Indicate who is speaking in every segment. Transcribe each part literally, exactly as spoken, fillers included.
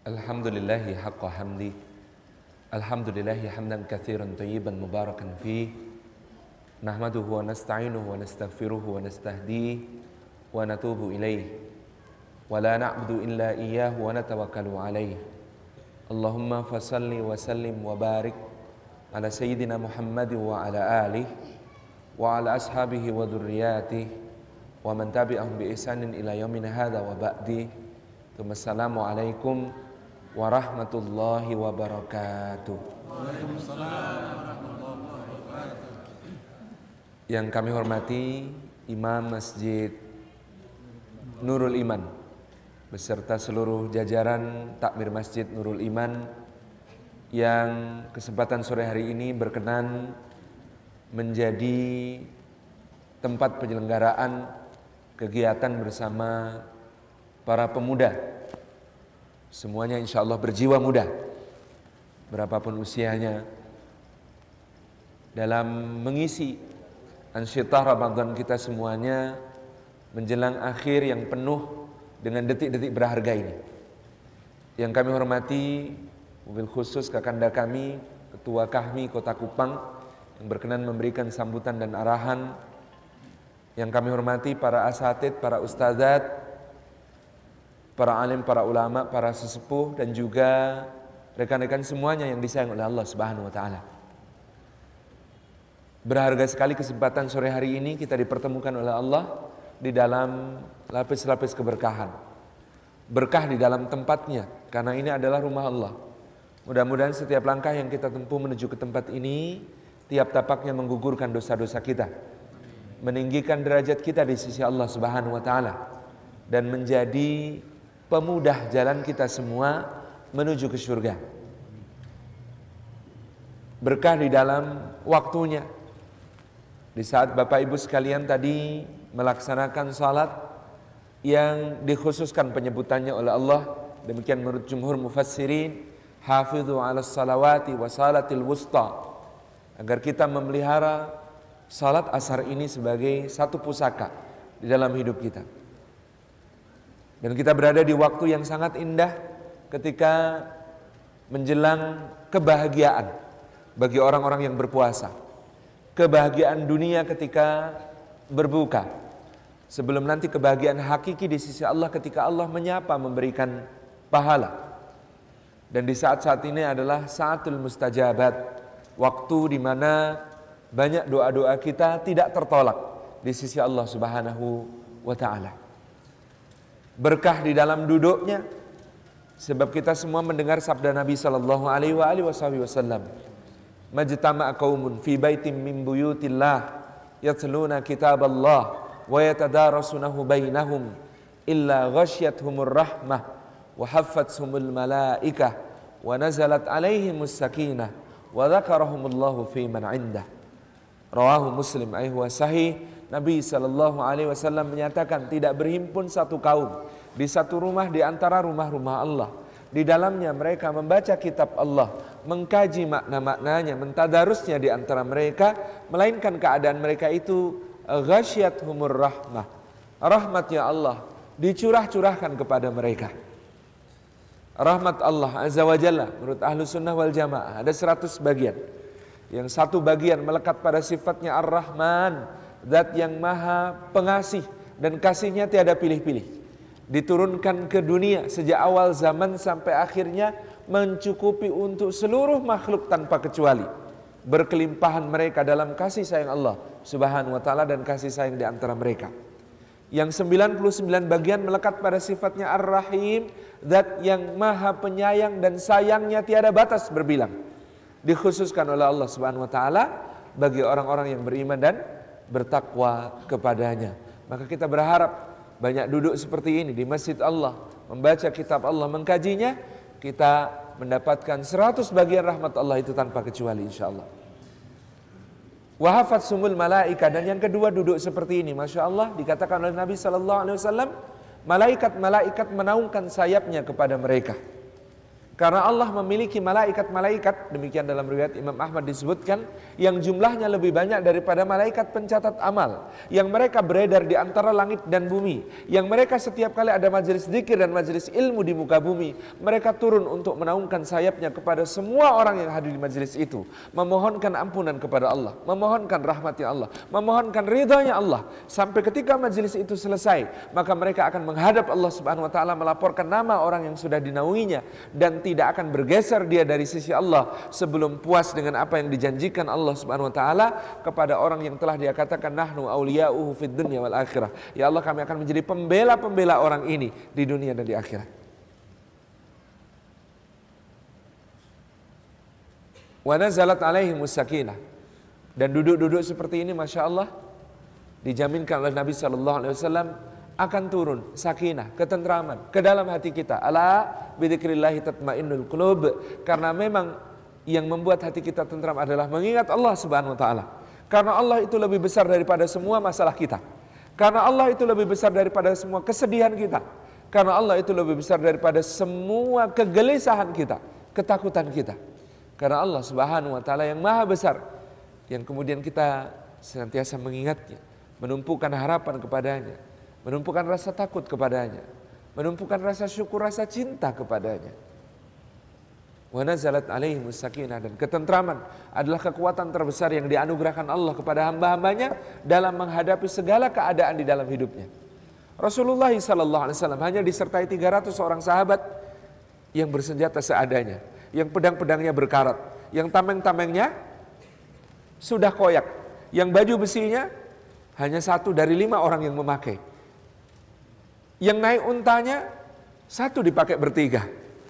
Speaker 1: Alhamdulillahi haqqa hamdi. Alhamdulillahi hamdan katsiran thayyiban mubarakan fih. Nahmaduhu wa nasta'inuhu wa nastaghfiruhu wa nastahdihi wa natubu ilaih. Wa la na'budu illa iyyahu wa natawakkalu alaih. Allahumma fasalli wa sallim wa barik ala sayyidina Muhammad wa ala alihi wa ala ashabihi wa dhurriyyatihi wa man tabi'ahum bi ihsanin ila yaumina hadza wa ba'di. Assalamualaikum warahmatullahi wabarakatuh. Yang kami hormati Imam Masjid Nurul Iman beserta seluruh jajaran takmir Masjid Nurul Iman yang kesempatan sore hari ini berkenan menjadi tempat penyelenggaraan kegiatan bersama para pemuda. Semuanya insya Allah berjiwa muda, berapapun usianya, dalam mengisi ansyitah Ramadan kita semuanya menjelang akhir yang penuh dengan detik-detik berharga ini. Yang kami hormati, mobil khusus kakanda kami, Ketua Kahmi Kota Kupang yang berkenan memberikan sambutan dan arahan. Yang kami hormati para asatid, para ustadzat, para alim, para ulama, para sesepuh, dan juga rekan-rekan semuanya yang disayang oleh Allah Subhanahu wa taala. Berharga sekali kesempatan sore hari ini kita dipertemukan oleh Allah di dalam lapis-lapis keberkahan. Berkah di dalam tempatnya, karena ini adalah rumah Allah. Mudah-mudahan setiap langkah yang kita tempuh menuju ke tempat ini, tiap tapaknya menggugurkan dosa-dosa kita, meninggikan derajat kita di sisi Allah Subhanahu wa taala, dan menjadi pemudah jalan kita semua menuju ke surga. Berkah di dalam waktunya. Di saat Bapak Ibu sekalian tadi melaksanakan salat yang dikhususkan penyebutannya oleh Allah, demikian menurut jumhur mufassirin, hafidhu ala salawati wa salatil wusta, agar kita memelihara salat asar ini sebagai satu pusaka di dalam hidup kita. Dan kita berada di waktu yang sangat indah ketika menjelang kebahagiaan bagi orang-orang yang berpuasa. Kebahagiaan dunia ketika berbuka. Sebelum nanti kebahagiaan hakiki di sisi Allah ketika Allah menyapa memberikan pahala. Dan di saat-saat ini adalah saatul mustajabat. Waktu di mana banyak doa-doa kita tidak tertolak di sisi Allah Subhanahu wa taala. Berkah di dalam duduknya, sebab kita semua mendengar sabda Nabi sallallahu alaihi wasallam, majtama'a qaumun fi baitin min buyutillah yatluna kitaballah wa yatadarasunahu bainahum illa ghasyiyatuhumur rahmah wa haffathumul malaikah wa nazalat alaihimus sakinah wa dzakarahumullahu fi man 'indah. Rawahu Muslim. Ayhu sahih. Nabi sallallahu alaihi wasallam menyatakan tidak berhimpun satu kaum di satu rumah di antara rumah-rumah Allah. Di dalamnya mereka membaca kitab Allah, mengkaji makna-maknanya, mentadarusnya di antara mereka, melainkan keadaan mereka itu ghasyiyatuhumur rahmah. Rahmatnya Allah dicurah-curahkan kepada mereka. Rahmat Allah azza wa jalla menurut ahlu sunnah wal jamaah ada seratus bagian. Yang satu bagian melekat pada sifatnya Ar-Rahman, Zat yang maha pengasih dan kasihnya tiada pilih-pilih. Diturunkan ke dunia sejak awal zaman sampai akhirnya mencukupi untuk seluruh makhluk tanpa kecuali. Berkelimpahan mereka dalam kasih sayang Allah Subhanahu wa taala dan kasih sayang di antara mereka. Yang sembilan puluh sembilan bagian melekat pada sifatnya Ar-Rahim, Zat yang maha penyayang dan sayangnya tiada batas berbilang. Dikhususkan oleh Allah Subhanahu wa taala bagi orang-orang yang beriman dan bertakwa kepadanya. Maka kita berharap banyak duduk seperti ini di masjid Allah, membaca kitab Allah, mengkajinya, kita mendapatkan seratus bagian rahmat Allah itu tanpa kecuali insyaallah. Wa hafatsumul malaika, dan yang kedua duduk seperti ini, masya Allah, dikatakan oleh Nabi sallallahu alaihi wasallam, malaikat-malaikat menaungkan sayapnya kepada mereka. Karena Allah memiliki malaikat-malaikat, demikian dalam riwayat Imam Ahmad disebutkan, yang jumlahnya lebih banyak daripada malaikat pencatat amal, yang mereka beredar di antara langit dan bumi, yang mereka setiap kali ada majelis zikir dan majelis ilmu di muka bumi, mereka turun untuk menaungkan sayapnya kepada semua orang yang hadir di majelis itu, memohonkan ampunan kepada Allah, memohonkan rahmatnya Allah, memohonkan ridhanya Allah. Sampai ketika majelis itu selesai, maka mereka akan menghadap Allah Subhanahu wa taala, melaporkan nama orang yang sudah dinaunginya, dan tidak akan bergeser dia dari sisi Allah sebelum puas dengan apa yang dijanjikan Allah Subhanahu wa taala kepada orang yang telah dia katakan nahnu auliya'uhu fid dunya wal akhirah. Ya Allah, kami akan menjadi pembela-pembela orang ini di dunia dan di akhirat. Wa nazalat alaihimus sakinah. Dan duduk-duduk seperti ini Masya Allah dijaminkan oleh Nabi sallallahu alaihi wasallam akan turun sakinah, ketentraman ke dalam hati kita. Ala bidzikrillahi tatmainnul qulub. Karena memang yang membuat hati kita tentram adalah mengingat Allah Subhanahu wa taala. Karena Allah itu lebih besar daripada semua masalah kita. Karena Allah itu lebih besar daripada semua kesedihan kita. Karena Allah itu lebih besar daripada semua kegelisahan kita, ketakutan kita. Karena Allah Subhanahu wa taala yang maha besar, yang kemudian kita senantiasa mengingatnya, menumpukan harapan kepadanya, menumpukan rasa takut kepadanya, menumpukan rasa syukur, rasa cinta kepadanya. Wa nazalat alaihimus sakinah. Dan ketentraman adalah kekuatan terbesar yang dianugerahkan Allah kepada hamba-hambanya dalam menghadapi segala keadaan di dalam hidupnya. Rasulullah sallallahu alaihi wasallam hanya disertai tiga ratus orang sahabat yang bersenjata seadanya, yang pedang-pedangnya berkarat, yang tameng-tamengnya sudah koyak, yang baju besinya hanya satu dari lima orang yang memakai. Yang naik untanya satu dipakai bertiga.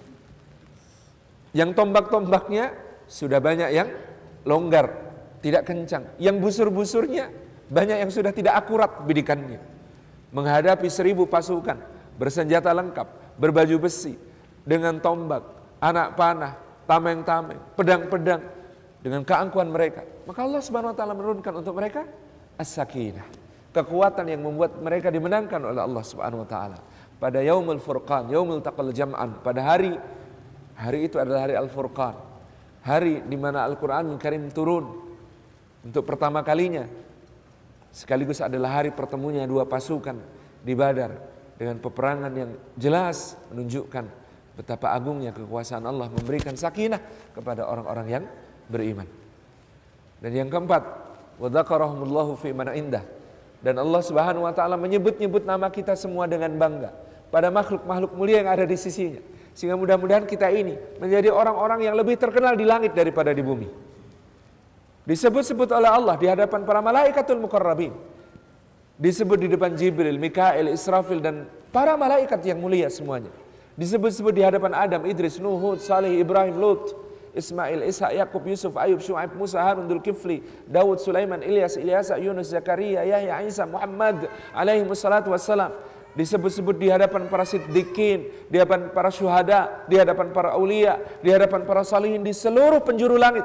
Speaker 1: Yang tombak-tombaknya sudah banyak yang longgar, tidak kencang. Yang busur-busurnya banyak yang sudah tidak akurat bidikannya. Menghadapi seribu pasukan bersenjata lengkap, berbaju besi, dengan tombak, anak panah, tameng-tameng, pedang-pedang, dengan keangkuhan mereka. Maka Allah Subhanahu wa taala menurunkan untuk mereka as-sakinah, kekuatan yang membuat mereka dimenangkan oleh Allah Subhanahu wa taala. Pada yaumul furqan, yaumul taqal jam'an, pada hari hari itu adalah hari al-furqan, hari di mana Al-Qur'anul Karim turun untuk pertama kalinya, sekaligus adalah hari pertemunya dua pasukan di Badar, dengan peperangan yang jelas menunjukkan betapa agungnya kekuasaan Allah memberikan sakinah kepada orang-orang yang beriman. Dan yang keempat, wa dzakarahumullahu fi man indah. Dan Allah Subhanahu wa taala menyebut-nyebut nama kita semua dengan bangga pada makhluk-makhluk mulia yang ada di sisinya, sehingga mudah-mudahan kita ini menjadi orang-orang yang lebih terkenal di langit daripada di bumi. Disebut-sebut oleh Allah di hadapan para malaikatul muqarrabin, disebut di depan Jibril, Mikail, Israfil, dan para malaikat yang mulia semuanya. Disebut-sebut di hadapan Adam, Idris, Nuh, Hud, Salih, Ibrahim, Lut, Ismail, Ishak, Yakub, Yusuf, Ayub, Syuaib, Musa, Harun, Dzulkifli, Daud, Sulaiman, Ilyas, Ilyasa, Yunus, Zakaria, Yahya, Isa, Muhammad alaihi wassalatu wassalam. Disebut-sebut di hadapan para siddiqin, di hadapan para syuhada, di hadapan para aulia, di hadapan para salihin, di seluruh penjuru langit.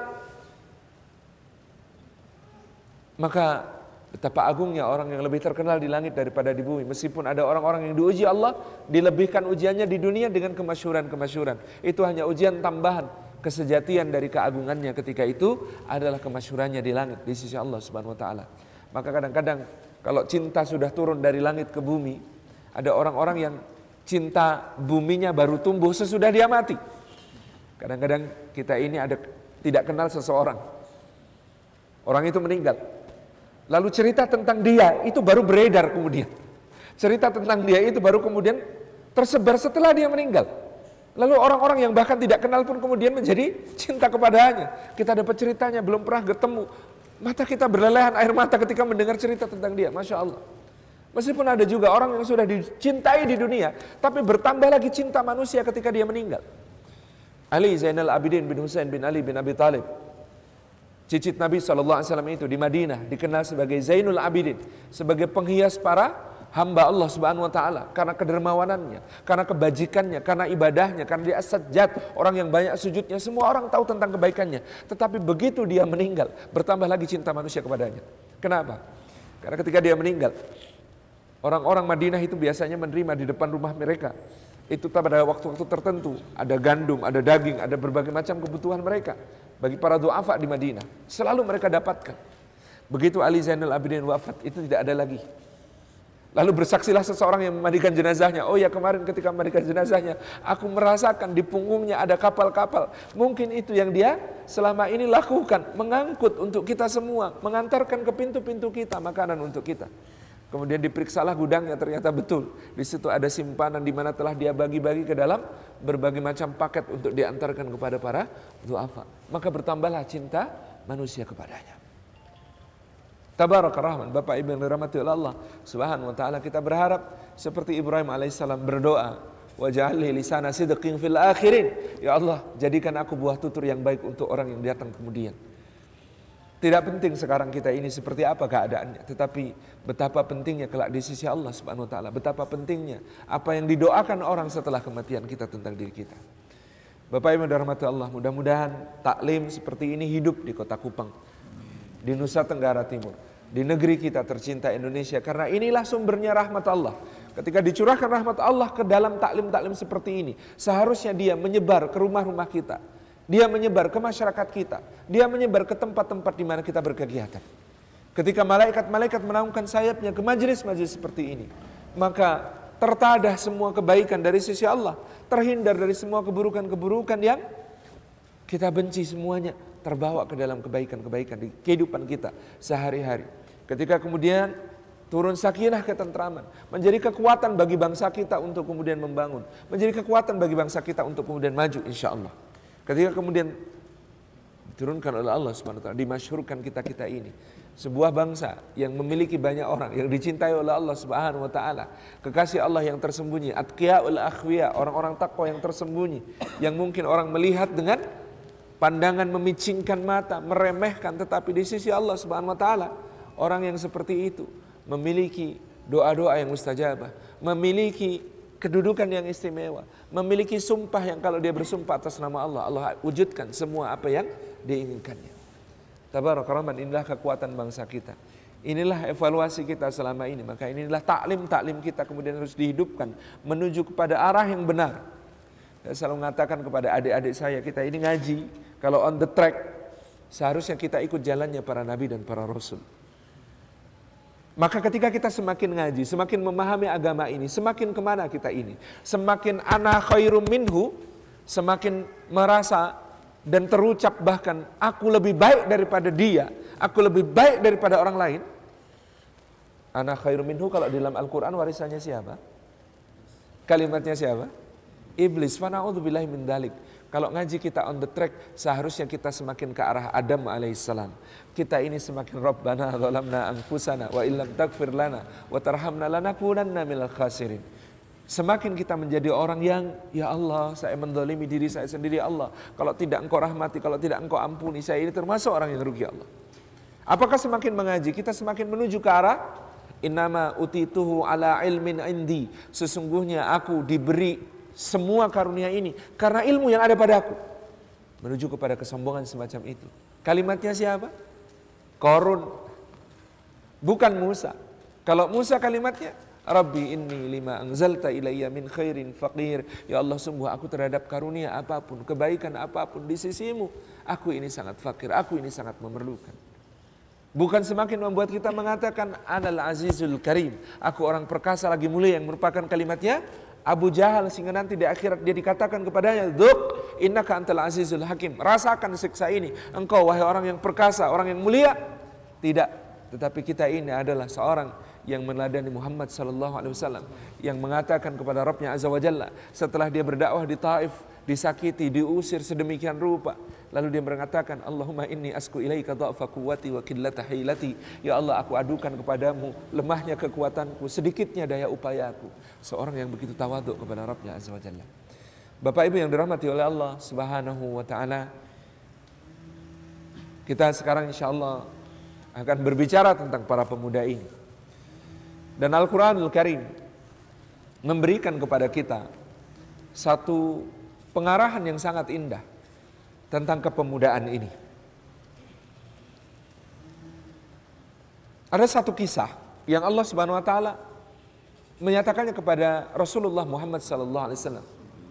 Speaker 1: Maka betapa agungnya orang yang lebih terkenal di langit daripada di bumi. Meskipun ada orang-orang yang diuji Allah, dilebihkan ujiannya di dunia dengan kemasyhuran-kemasyhuran. Itu hanya ujian tambahan. Kesejatian dari keagungannya ketika itu adalah kemasyhurannya di langit di sisi Allah Subhanahu wa taala. Maka kadang-kadang kalau cinta sudah turun dari langit ke bumi, ada orang-orang yang cinta buminya baru tumbuh sesudah dia mati. Kadang-kadang kita ini ada tidak kenal seseorang, orang itu meninggal, lalu cerita tentang dia itu baru beredar kemudian. Cerita tentang dia itu baru kemudian tersebar setelah dia meninggal. Lalu orang-orang yang bahkan tidak kenal pun kemudian menjadi cinta kepadanya. Kita dapat ceritanya, belum pernah ketemu, mata kita berlelehan air mata ketika mendengar cerita tentang dia. Masya Allah. Meskipun ada juga orang yang sudah dicintai di dunia, tapi bertambah lagi cinta manusia ketika dia meninggal. Ali Zainal Abidin bin Husain bin Ali bin Abi Thalib, cicit Nabi shallallahu alaihi wasallam itu di Madinah dikenal sebagai Zainul Abidin, sebagai penghias para hamba Allah Subhanahu wa taala, karena kedermawanannya, karena kebajikannya, karena ibadahnya, karena dia as-sajjad, orang yang banyak sujudnya, semua orang tahu tentang kebaikannya. Tetapi begitu dia meninggal, bertambah lagi cinta manusia kepadanya. Kenapa? Karena ketika dia meninggal, orang-orang Madinah itu biasanya menerima di depan rumah mereka Itu pada waktu-waktu tertentu, ada gandum, ada daging, ada berbagai macam kebutuhan mereka bagi para du'afa di Madinah. Selalu mereka dapatkan. Begitu Ali Zainal Abidin wafat, itu tidak ada lagi. Lalu bersaksilah seseorang yang memandikan jenazahnya. Oh ya, kemarin ketika memandikan jenazahnya, aku merasakan di punggungnya ada kapal-kapal. Mungkin itu yang dia selama ini lakukan, mengangkut untuk kita semua, mengantarkan ke pintu-pintu kita makanan untuk kita. Kemudian diperiksalah gudangnya, ternyata betul. Di situ ada simpanan di mana telah dia bagi-bagi ke dalam berbagai macam paket untuk diantarkan kepada para du'afa. Maka bertambahlah cinta manusia kepadanya. Tabaraka Rahman, Bapak Ibu yang dirahmati oleh Allah Subhanahu wa taala, kita berharap seperti Ibrahim alaihissalam berdoa, waj'alni lisana sidqin fil akhirin. Ya Allah, jadikan aku buah tutur yang baik untuk orang yang datang kemudian. Tidak penting sekarang kita ini seperti apa keadaannya, tetapi betapa pentingnya kelak di sisi Allah Subhanahu wa taala, betapa pentingnya apa yang didoakan orang setelah kematian kita tentang diri kita. Bapak Ibu dirahmati Allah, mudah-mudahan taklim seperti ini hidup di Kota Kupang, di Nusa Tenggara Timur, di negeri kita tercinta Indonesia, karena inilah sumbernya rahmat Allah. Ketika dicurahkan rahmat Allah ke dalam taklim-taklim seperti ini, seharusnya dia menyebar ke rumah-rumah kita. Dia menyebar ke masyarakat kita. Dia menyebar ke tempat-tempat di mana kita berkegiatan. Ketika malaikat-malaikat menaungkan sayapnya ke majelis-majelis seperti ini, maka tertadah semua kebaikan dari sisi Allah. Terhindar dari semua keburukan-keburukan yang kita benci, semuanya terbawa ke dalam kebaikan-kebaikan di kehidupan kita sehari-hari. Ketika kemudian turun sakinah, ketentraman, menjadi kekuatan bagi bangsa kita untuk kemudian membangun, menjadi kekuatan bagi bangsa kita untuk kemudian maju insya Allah. Ketika kemudian diturunkan oleh Allah subhanahu wa taala, dimasyhurkan kita-kita ini sebuah bangsa yang memiliki banyak orang, yang dicintai oleh Allah subhanahu wa taala, kekasih Allah yang tersembunyi, atqiyaul akhwiya, orang-orang takwa yang tersembunyi, yang mungkin orang melihat dengan pandangan memicingkan mata, meremehkan, tetapi di sisi Allah subhanahu wa taala, orang yang seperti itu memiliki doa-doa yang mustajabah, memiliki kedudukan yang istimewa, memiliki sumpah yang kalau dia bersumpah atas nama Allah, Allah wujudkan semua apa yang diinginkannya. Tabaraka Rahman, inilah kekuatan bangsa kita. Inilah evaluasi kita selama ini. Maka inilah taklim-taklim kita kemudian harus dihidupkan menuju kepada arah yang benar. Saya selalu mengatakan kepada adik-adik saya, kita ini ngaji, kalau on the track, seharusnya kita ikut jalannya para nabi dan para rasul. Maka ketika kita semakin ngaji, semakin memahami agama ini, semakin kemana kita ini, semakin ana khairum minhu, semakin merasa dan terucap bahkan aku lebih baik daripada dia, aku lebih baik daripada orang lain. Ana khairum minhu kalau di dalam Al-Quran warisannya siapa? Kalimatnya siapa? Iblis. Fa na'udzubillahi min dzalik. Kalau ngaji kita on the track, seharusnya kita semakin ke arah Adam alaihissalam. Kita ini semakin Rabbana zalamna anfusana wa illam taghfir lana wa tarhamna lanakunanna minal khasirin. Semakin kita menjadi orang yang, ya Allah, saya menzalimi diri saya sendiri, Allah. Kalau tidak Engkau rahmati, kalau tidak Engkau ampuni, saya ini termasuk orang yang rugi, Allah. Apakah semakin mengaji, kita semakin menuju ke arah innama utituhu ala ilmin indi. Sesungguhnya aku diberi semua karunia ini karena ilmu yang ada padaku. Menuju kepada kesombongan semacam itu. Kalimatnya siapa? Qarun. Bukan Musa. Kalau Musa kalimatnya, Rabbi inni lima anzalta ilayya min khairin faqir. Ya Allah, sungguh aku terhadap karunia apapun, kebaikan apapun di sisimu, aku ini sangat fakir, aku ini sangat memerlukan. Bukan semakin membuat kita mengatakan Anal Azizul Karim, aku orang perkasa lagi mulia, yang merupakan kalimatnya Abu Jahal, sehingga nanti di akhirat dia dikatakan kepadanya, Dzuk innaka antal azizul hakim, rasakan siksa ini engkau wahai orang yang perkasa, orang yang mulia. Tidak, tetapi kita ini adalah seorang yang meneladani Muhammad sallallahu alaihi wasallam, yang mengatakan kepada Rabbnya azza wa jalla setelah dia berdakwah di Taif, disakiti, diusir sedemikian rupa, lalu dia mengatakan, Allahumma inni asku ilaika dha'fa quwwati wa qillata hilati. Ya Allah, aku adukan kepadamu lemahnya kekuatanku, sedikitnya daya upayaku. Seorang yang begitu tawaduk kepada Rabbnya azza wa jalla. Bapak Ibu yang dirahmati oleh Allah subhanahu wa ta'ala, kita sekarang insyaallah akan berbicara tentang para pemuda ini. Dan Al-Quranul Karim memberikan kepada kita satu pengarahan yang sangat indah tentang kepemudaan ini. Ada satu kisah yang Allah Subhanahu wa taala menyatakannya kepada Rasulullah Muhammad sallallahu alaihi wasallam.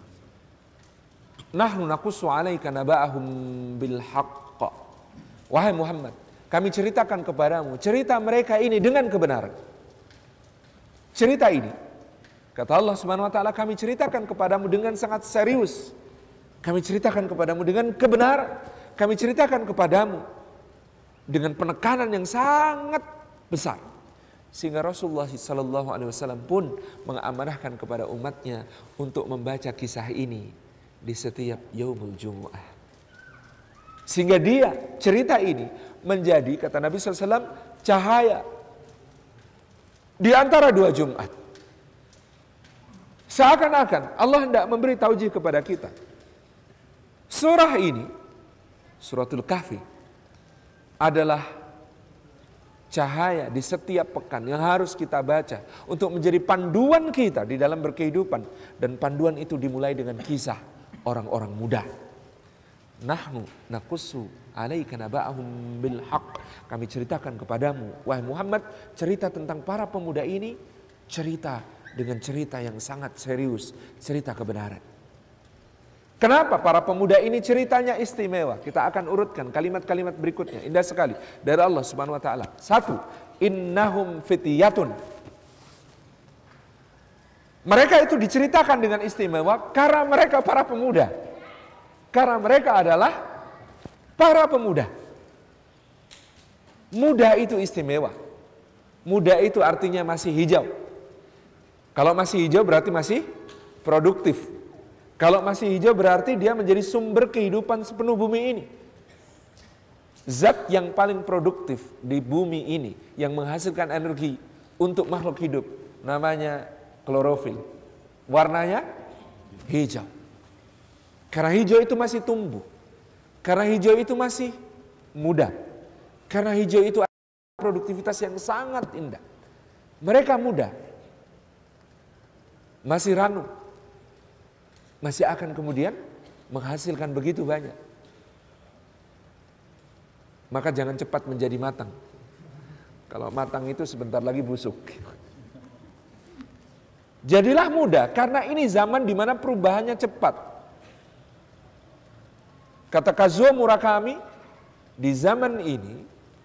Speaker 1: Nahnu naqussu 'alaika naba'ahum bil haqq. Wahai Muhammad, kami ceritakan kepadamu cerita mereka ini dengan kebenaran. Cerita ini, kata Allah Subhanahu wa taala, kami ceritakan kepadamu dengan sangat serius. Kami ceritakan kepadamu dengan kebenaran. Kami ceritakan kepadamu dengan penekanan yang sangat besar. Sehingga Rasulullah sallallahu alaihi wasallam pun mengamanahkan kepada umatnya untuk membaca kisah ini di setiap yaumul jumu'ah. Sehingga dia, cerita ini menjadi, kata Nabi sallallahu alaihi wasallam, cahaya di antara dua Jumat. Seakan-akan Allah hendak memberi taujih kepada kita. Surah ini, Suratul Kahfi, adalah cahaya di setiap pekan yang harus kita baca untuk menjadi panduan kita di dalam berkehidupan. Dan panduan itu dimulai dengan kisah orang-orang muda. Nahnu naqussu 'alaika naba'ahum bil haqq. Kami ceritakan kepadamu, wahai Muhammad, cerita tentang para pemuda ini, cerita dengan cerita yang sangat serius, cerita kebenaran. Kenapa para pemuda ini ceritanya istimewa? Kita akan urutkan kalimat-kalimat berikutnya. Indah sekali dari Allah Subhanahu wa taala. Satu, innahum fityatun. Mereka itu diceritakan dengan istimewa karena mereka para pemuda. Karena mereka adalah para pemuda. Muda itu istimewa. Muda itu artinya masih hijau. Kalau masih hijau berarti masih produktif. Kalau masih hijau berarti dia menjadi sumber kehidupan sepenuh bumi ini. Zat yang paling produktif di bumi ini, yang menghasilkan energi untuk makhluk hidup, namanya klorofil. Warnanya hijau. Karena hijau itu masih tumbuh. Karena hijau itu masih muda. Karena hijau itu ada produktivitas yang sangat indah. Mereka muda. Masih ranum. Masih akan kemudian menghasilkan begitu banyak. Maka jangan cepat menjadi matang. Kalau matang itu sebentar lagi busuk. Jadilah muda, karena ini zaman di mana perubahannya cepat. Kata Kazuo Murakami, di zaman ini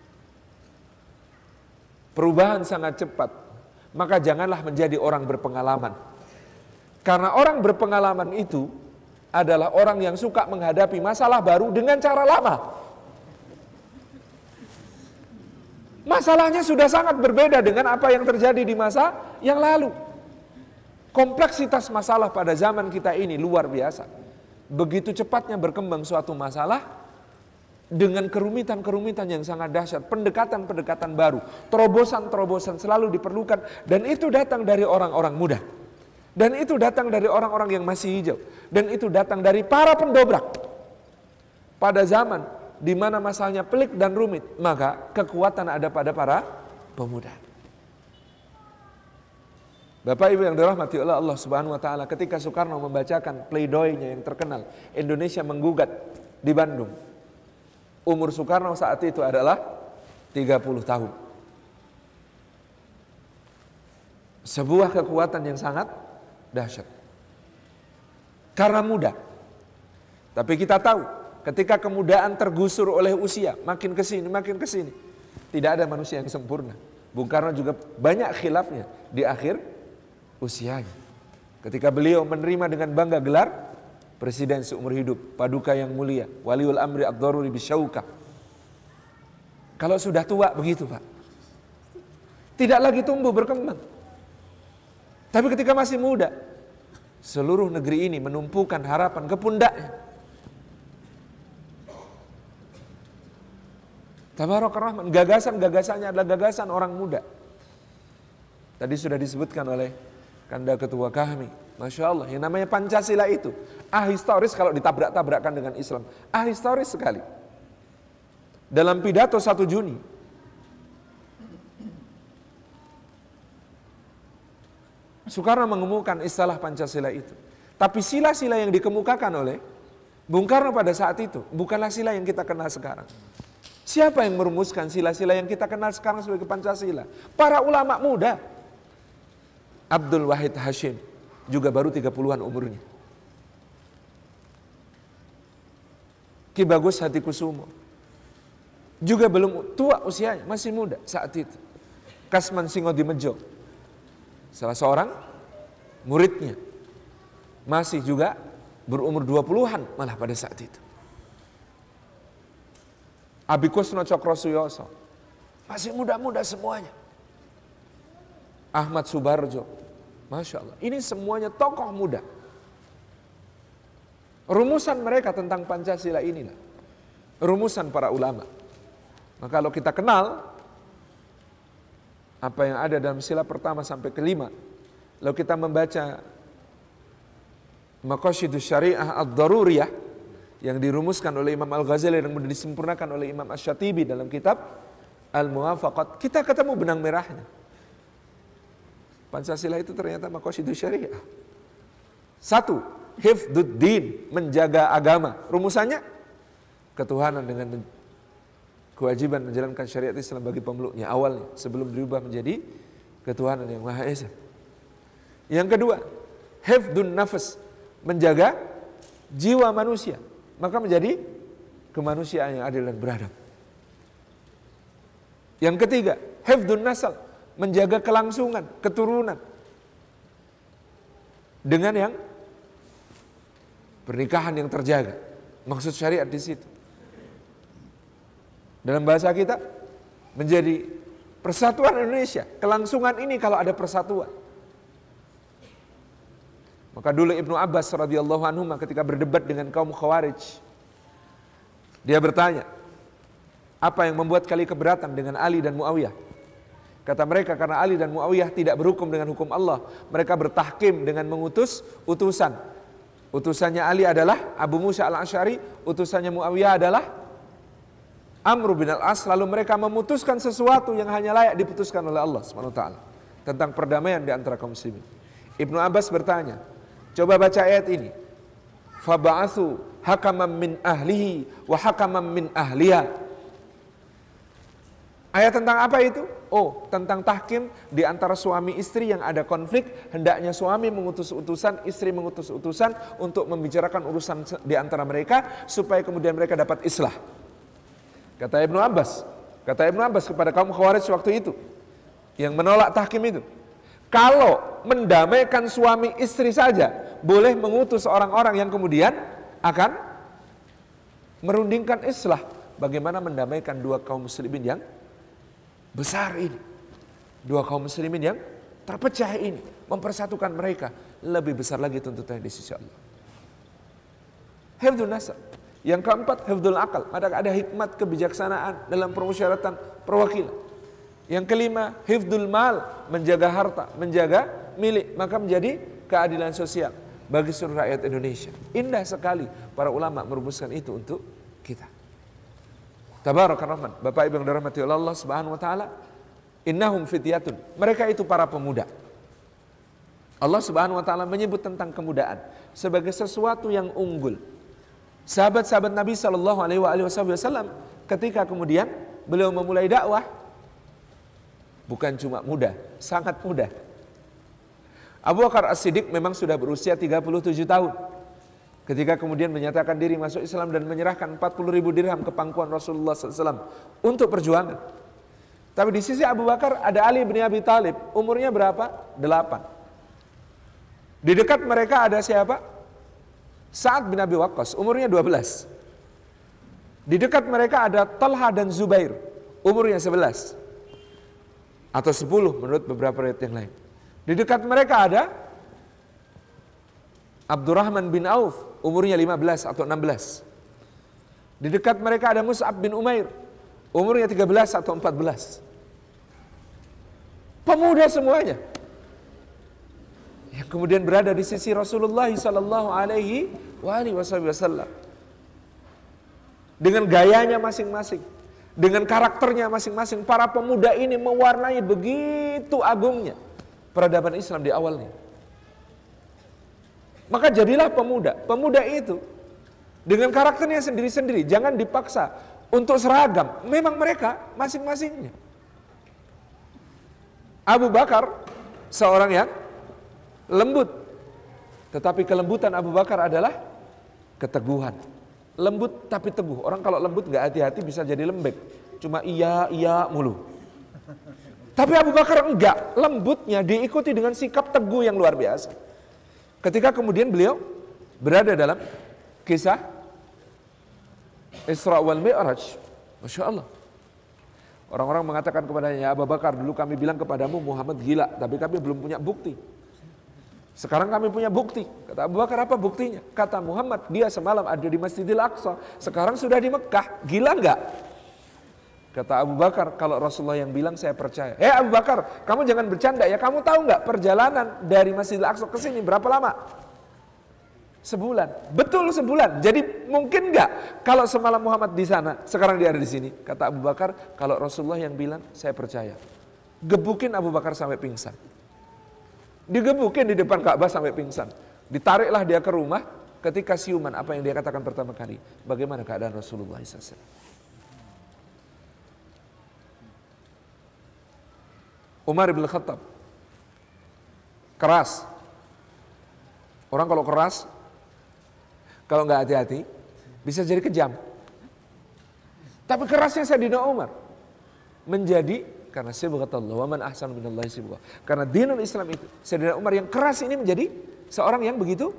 Speaker 1: perubahan sangat cepat. Maka janganlah menjadi orang berpengalaman. Karena orang berpengalaman itu adalah orang yang suka menghadapi masalah baru dengan cara lama. Masalahnya sudah sangat berbeda dengan apa yang terjadi di masa yang lalu. Kompleksitas masalah pada zaman kita ini luar biasa. Begitu cepatnya berkembang suatu masalah dengan kerumitan-kerumitan yang sangat dahsyat, pendekatan-pendekatan baru, terobosan-terobosan selalu diperlukan, dan itu datang dari orang-orang muda. Dan itu datang dari orang-orang yang masih hijau. Dan itu datang dari para pendobrak. Pada zaman di mana masalahnya pelik dan rumit, maka kekuatan ada pada para pemuda. Bapak Ibu yang dirahmati oleh Allah Subhanahu wa taala, ketika Soekarno membacakan pleidoinya yang terkenal, Indonesia menggugat di Bandung. Umur Soekarno saat itu adalah tiga puluh tahun. Sebuah kekuatan yang sangat dahsyat. Karena muda. Tapi kita tahu, ketika kemudaan tergusur oleh usia, makin kesini, makin kesini, tidak ada manusia yang sempurna. Bung Karno juga banyak khilafnya di akhir usianya. Ketika beliau menerima dengan bangga gelar presiden seumur hidup, paduka yang mulia, waliul amri ad-daruri bisyauka. Kalau sudah tua begitu, Pak. Tidak lagi tumbuh berkembang. Tapi ketika masih muda, seluruh negeri ini menumpukan harapan ke pundaknya. Tabarakar Rahman, gagasan-gagasannya adalah gagasan orang muda. Tadi sudah disebutkan oleh Kanda Ketua kami, Masya Allah, yang namanya Pancasila itu ahistoris kalau ditabrak-tabrakkan dengan Islam. Ahistoris sekali. Dalam pidato satu Juni, Soekarno mengemukakan istilah Pancasila itu. Tapi sila-sila yang dikemukakan oleh Bung Karno pada saat itu bukanlah sila yang kita kenal sekarang. Siapa yang merumuskan sila-sila yang kita kenal sekarang sebagai Pancasila? Para ulama muda. Abdul Wahid Hashim juga baru tiga puluhan umurnya. Ki Bagus Hatikusumo juga belum tua usianya, masih muda saat itu. Kasman Singodimedjo, salah seorang muridnya, masih juga berumur dua puluhan malah pada saat itu. Abikusno Cokrosuyoso, masih muda-muda semuanya. Ahmad Subarjo, Masya Allah, ini semuanya tokoh muda. Rumusan mereka tentang Pancasila inilah rumusan para ulama. Maka kalau kita kenal apa yang ada dalam sila pertama sampai kelima, lalu kita membaca Maqasidus Syariah Ad-Daruriyah yang dirumuskan oleh Imam Al-Ghazali dan kemudian disempurnakan oleh Imam Asy-Syatibi dalam kitab Al-Muwafaqat, kita ketemu benang merahnya. Pancasila itu ternyata Maqasidus Syariah. Satu, hifdzuddin, menjaga agama. Rumusannya ketuhanan dengan kewajiban menjalankan syariat Islam bagi pemeluknya awalnya sebelum dirubah menjadi ketuhanan yang Maha Esa. Yang kedua, hifdzun nafs, menjaga jiwa manusia, maka menjadi kemanusiaan yang adil dan beradab. Yang ketiga, hifdzun nasal, menjaga kelangsungan, keturunan dengan yang pernikahan yang terjaga. Maksud syariat di situ. Dalam bahasa kita menjadi persatuan Indonesia. Kelangsungan ini kalau ada persatuan. Maka dulu Ibnu Abbas radhiyallahu anhu ketika berdebat dengan kaum Khawarij, dia bertanya, apa yang membuat kalian keberatan dengan Ali dan Muawiyah? Kata mereka, karena Ali dan Muawiyah tidak berhukum dengan hukum Allah. Mereka bertahkim dengan mengutus utusan. Utusannya Ali adalah Abu Musa al-Asy'ari, utusannya Muawiyah adalah Amr bin al-As. Lalu mereka memutuskan sesuatu yang hanya layak diputuskan oleh Allah subhanahu wa taala tentang perdamaian di antara kaum muslimin. Ibnu Abbas bertanya, coba baca ayat ini. Faba'atsu hakaman min ahlihi wa hakaman min ahliha. Ayat tentang apa itu? Oh, tentang tahkim di antara suami istri yang ada konflik. Hendaknya suami mengutus utusan, istri mengutus utusan untuk membicarakan urusan di antara mereka supaya kemudian mereka dapat islah. Kata Ibnu Abbas, kata Ibnu Abbas kepada kaum Khawarij waktu itu yang menolak tahkim itu, kalau mendamaikan suami istri saja boleh mengutus orang-orang yang kemudian akan merundingkan islah. Bagaimana mendamaikan dua kaum muslimin yang besar ini, dua kaum muslimin yang terpecah ini, mempersatukan mereka, lebih besar lagi tuntutannya di sisi Allah. Hifdzun nasab. Yang keempat, hifdzul akal, ada ada hikmat kebijaksanaan dalam permusyaratan perwakilan. Yang kelima, hifdzul mal, menjaga harta, menjaga milik, maka menjadi keadilan sosial bagi seluruh rakyat Indonesia. Indah sekali para ulama merumuskan itu untuk kita. Tabarakallah Rahman, Bapak Ibu yang dirahmati oleh Allah Subhanahu wa taala, innahum fityatun, mereka itu para pemuda. Allah Subhanahu wa taala menyebut tentang kemudaan sebagai sesuatu yang unggul. Sahabat-sahabat Nabi sallallahu alaihi wasallam ketika kemudian beliau memulai dakwah, bukan cuma muda, sangat muda. Abu Bakar As-Siddiq memang sudah berusia tiga puluh tujuh tahun ketika kemudian menyatakan diri masuk Islam dan menyerahkan empat puluh ribu dirham ke pangkuan Rasulullah sallallahu alaihi wasallam untuk perjuangan. Tapi di sisi Abu Bakar ada Ali bin Abi Thalib, umurnya berapa? delapan. Di dekat mereka ada siapa? Sa'ad bin Abi Waqqas, umurnya dua belas. Di dekat mereka ada Talha dan Zubair, umurnya sebelas. Atau sepuluh menurut beberapa riwayat yang lain. Di dekat mereka ada Abdurrahman bin Auf, umurnya lima belas atau enam belas. Di dekat mereka ada Mus'ab bin Umair, umurnya tiga belas atau empat belas. Pemuda semuanya. Yang kemudian berada di sisi Rasulullah sallallahu alaihi wasallam. Dengan gayanya masing-masing, dengan karakternya masing-masing, para pemuda ini mewarnai begitu agungnya peradaban Islam di awalnya. Maka jadilah pemuda. Pemuda itu dengan karakternya sendiri-sendiri, jangan dipaksa untuk seragam. Memang mereka masing-masingnya. Abu Bakar seorang yang lembut. Tetapi kelembutan Abu Bakar adalah keteguhan. Lembut tapi teguh. Orang kalau lembut nggak hati-hati bisa jadi lembek. Cuma iya, iya mulu. Tapi Abu Bakar enggak. Lembutnya diikuti dengan sikap teguh yang luar biasa. Ketika kemudian beliau berada dalam kisah Isra wal Mi'raj. Masya Allah. Orang-orang mengatakan kepadanya, Abu Bakar, dulu kami bilang kepadamu Muhammad gila, tapi kami belum punya bukti. Sekarang kami punya bukti. Kata Abu Bakar, apa buktinya? Kata Muhammad, dia semalam ada di Masjidil Aqsa, sekarang sudah di Mekah. Gila enggak? Kata Abu Bakar, kalau Rasulullah yang bilang saya percaya. Eh Abu Bakar, kamu jangan bercanda ya. Kamu tahu enggak perjalanan dari Masjidil Aqsa ke sini berapa lama? Sebulan. Betul sebulan. Jadi mungkin enggak kalau semalam Muhammad di sana, sekarang dia ada di sini. Kata Abu Bakar, kalau Rasulullah yang bilang saya percaya. Gebukin Abu Bakar sampai pingsan. Digebukin di depan Ka'bah sampai pingsan. Ditariklah dia ke rumah. Ketika siuman, apa yang dia katakan pertama kali? Bagaimana keadaan Rasulullah shallallahu alaihi wasallam? Umar bin Khattab keras. Orang kalau keras, kalau nggak hati-hati, bisa jadi kejam. Tapi kerasnya Sayyidina Umar menjadi karena sibghatullah wa man ahsanu minallahi sibghah. Karena dinul Islam itu, Sayyidina Umar yang keras ini menjadi seorang yang begitu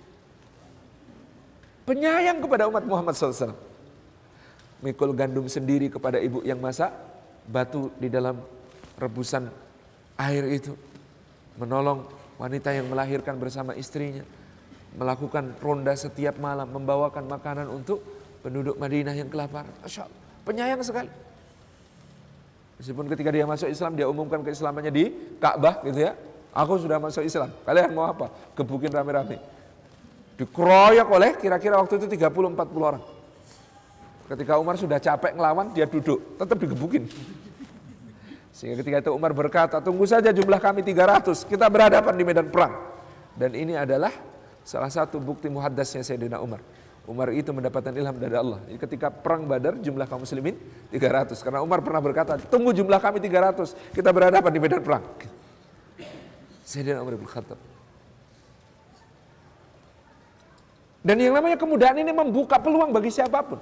Speaker 1: penyayang kepada umat Muhammad shallallahu alaihi wasallam. Mikul gandum sendiri kepada ibu yang masak batu di dalam rebusan air itu, menolong wanita yang melahirkan bersama istrinya, melakukan ronda setiap malam, membawakan makanan untuk penduduk Madinah yang kelaparan. Masya Allah, penyayang sekali. Meskipun ketika dia masuk Islam, dia umumkan keislamannya di Ka'bah gitu ya. Aku sudah masuk Islam, kalian mau apa? Gebukin rame-rame. Dikeroyok oleh kira-kira waktu itu tiga puluh sampai empat puluh orang. Ketika Umar sudah capek ngelawan, dia duduk, tetap digebukin. Sehingga ketika itu Umar berkata, tunggu saja jumlah kami tiga ratus, kita berhadapan di medan perang. Dan ini adalah salah satu bukti muhaddasnya Sayyidina Umar. Umar itu mendapatkan ilham dari Allah. Jadi ketika perang Badar jumlah kaum muslimin tiga ratus. Karena Umar pernah berkata, tunggu jumlah kami tiga ratus, kita berhadapan di medan perang. Sayyidina Umar bin Khattab. Dan yang namanya kemudaan ini membuka peluang bagi siapapun.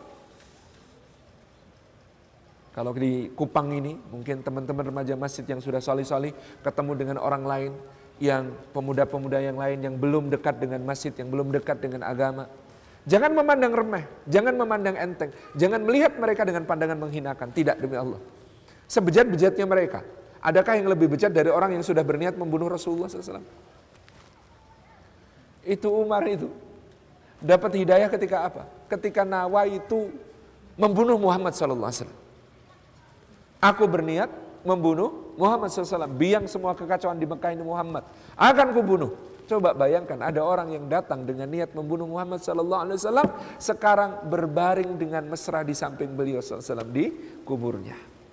Speaker 1: Kalau di Kupang ini, mungkin teman-teman remaja masjid yang sudah solih-solih ketemu dengan orang lain, yang pemuda-pemuda yang lain yang belum dekat dengan masjid, yang belum dekat dengan agama. Jangan memandang remeh, jangan memandang enteng, jangan melihat mereka dengan pandangan menghinakan. Tidak, demi Allah. Sebejat-bejatnya mereka, adakah yang lebih bejat dari orang yang sudah berniat membunuh Rasulullah shallallahu alaihi wasallam? Itu Umar itu dapat hidayah ketika apa? Ketika Nawa itu membunuh Muhammad shallallahu alaihi wasallam. Aku berniat membunuh Muhammad shallallahu alaihi wasallam. Biang semua kekacauan di Mekah ini Muhammad, akan kubunuh. Coba bayangkan ada orang yang datang dengan niat membunuh Muhammad shallallahu alaihi wasallam, sekarang berbaring dengan mesra di samping beliau shallallahu alaihi wasallam di kuburnya.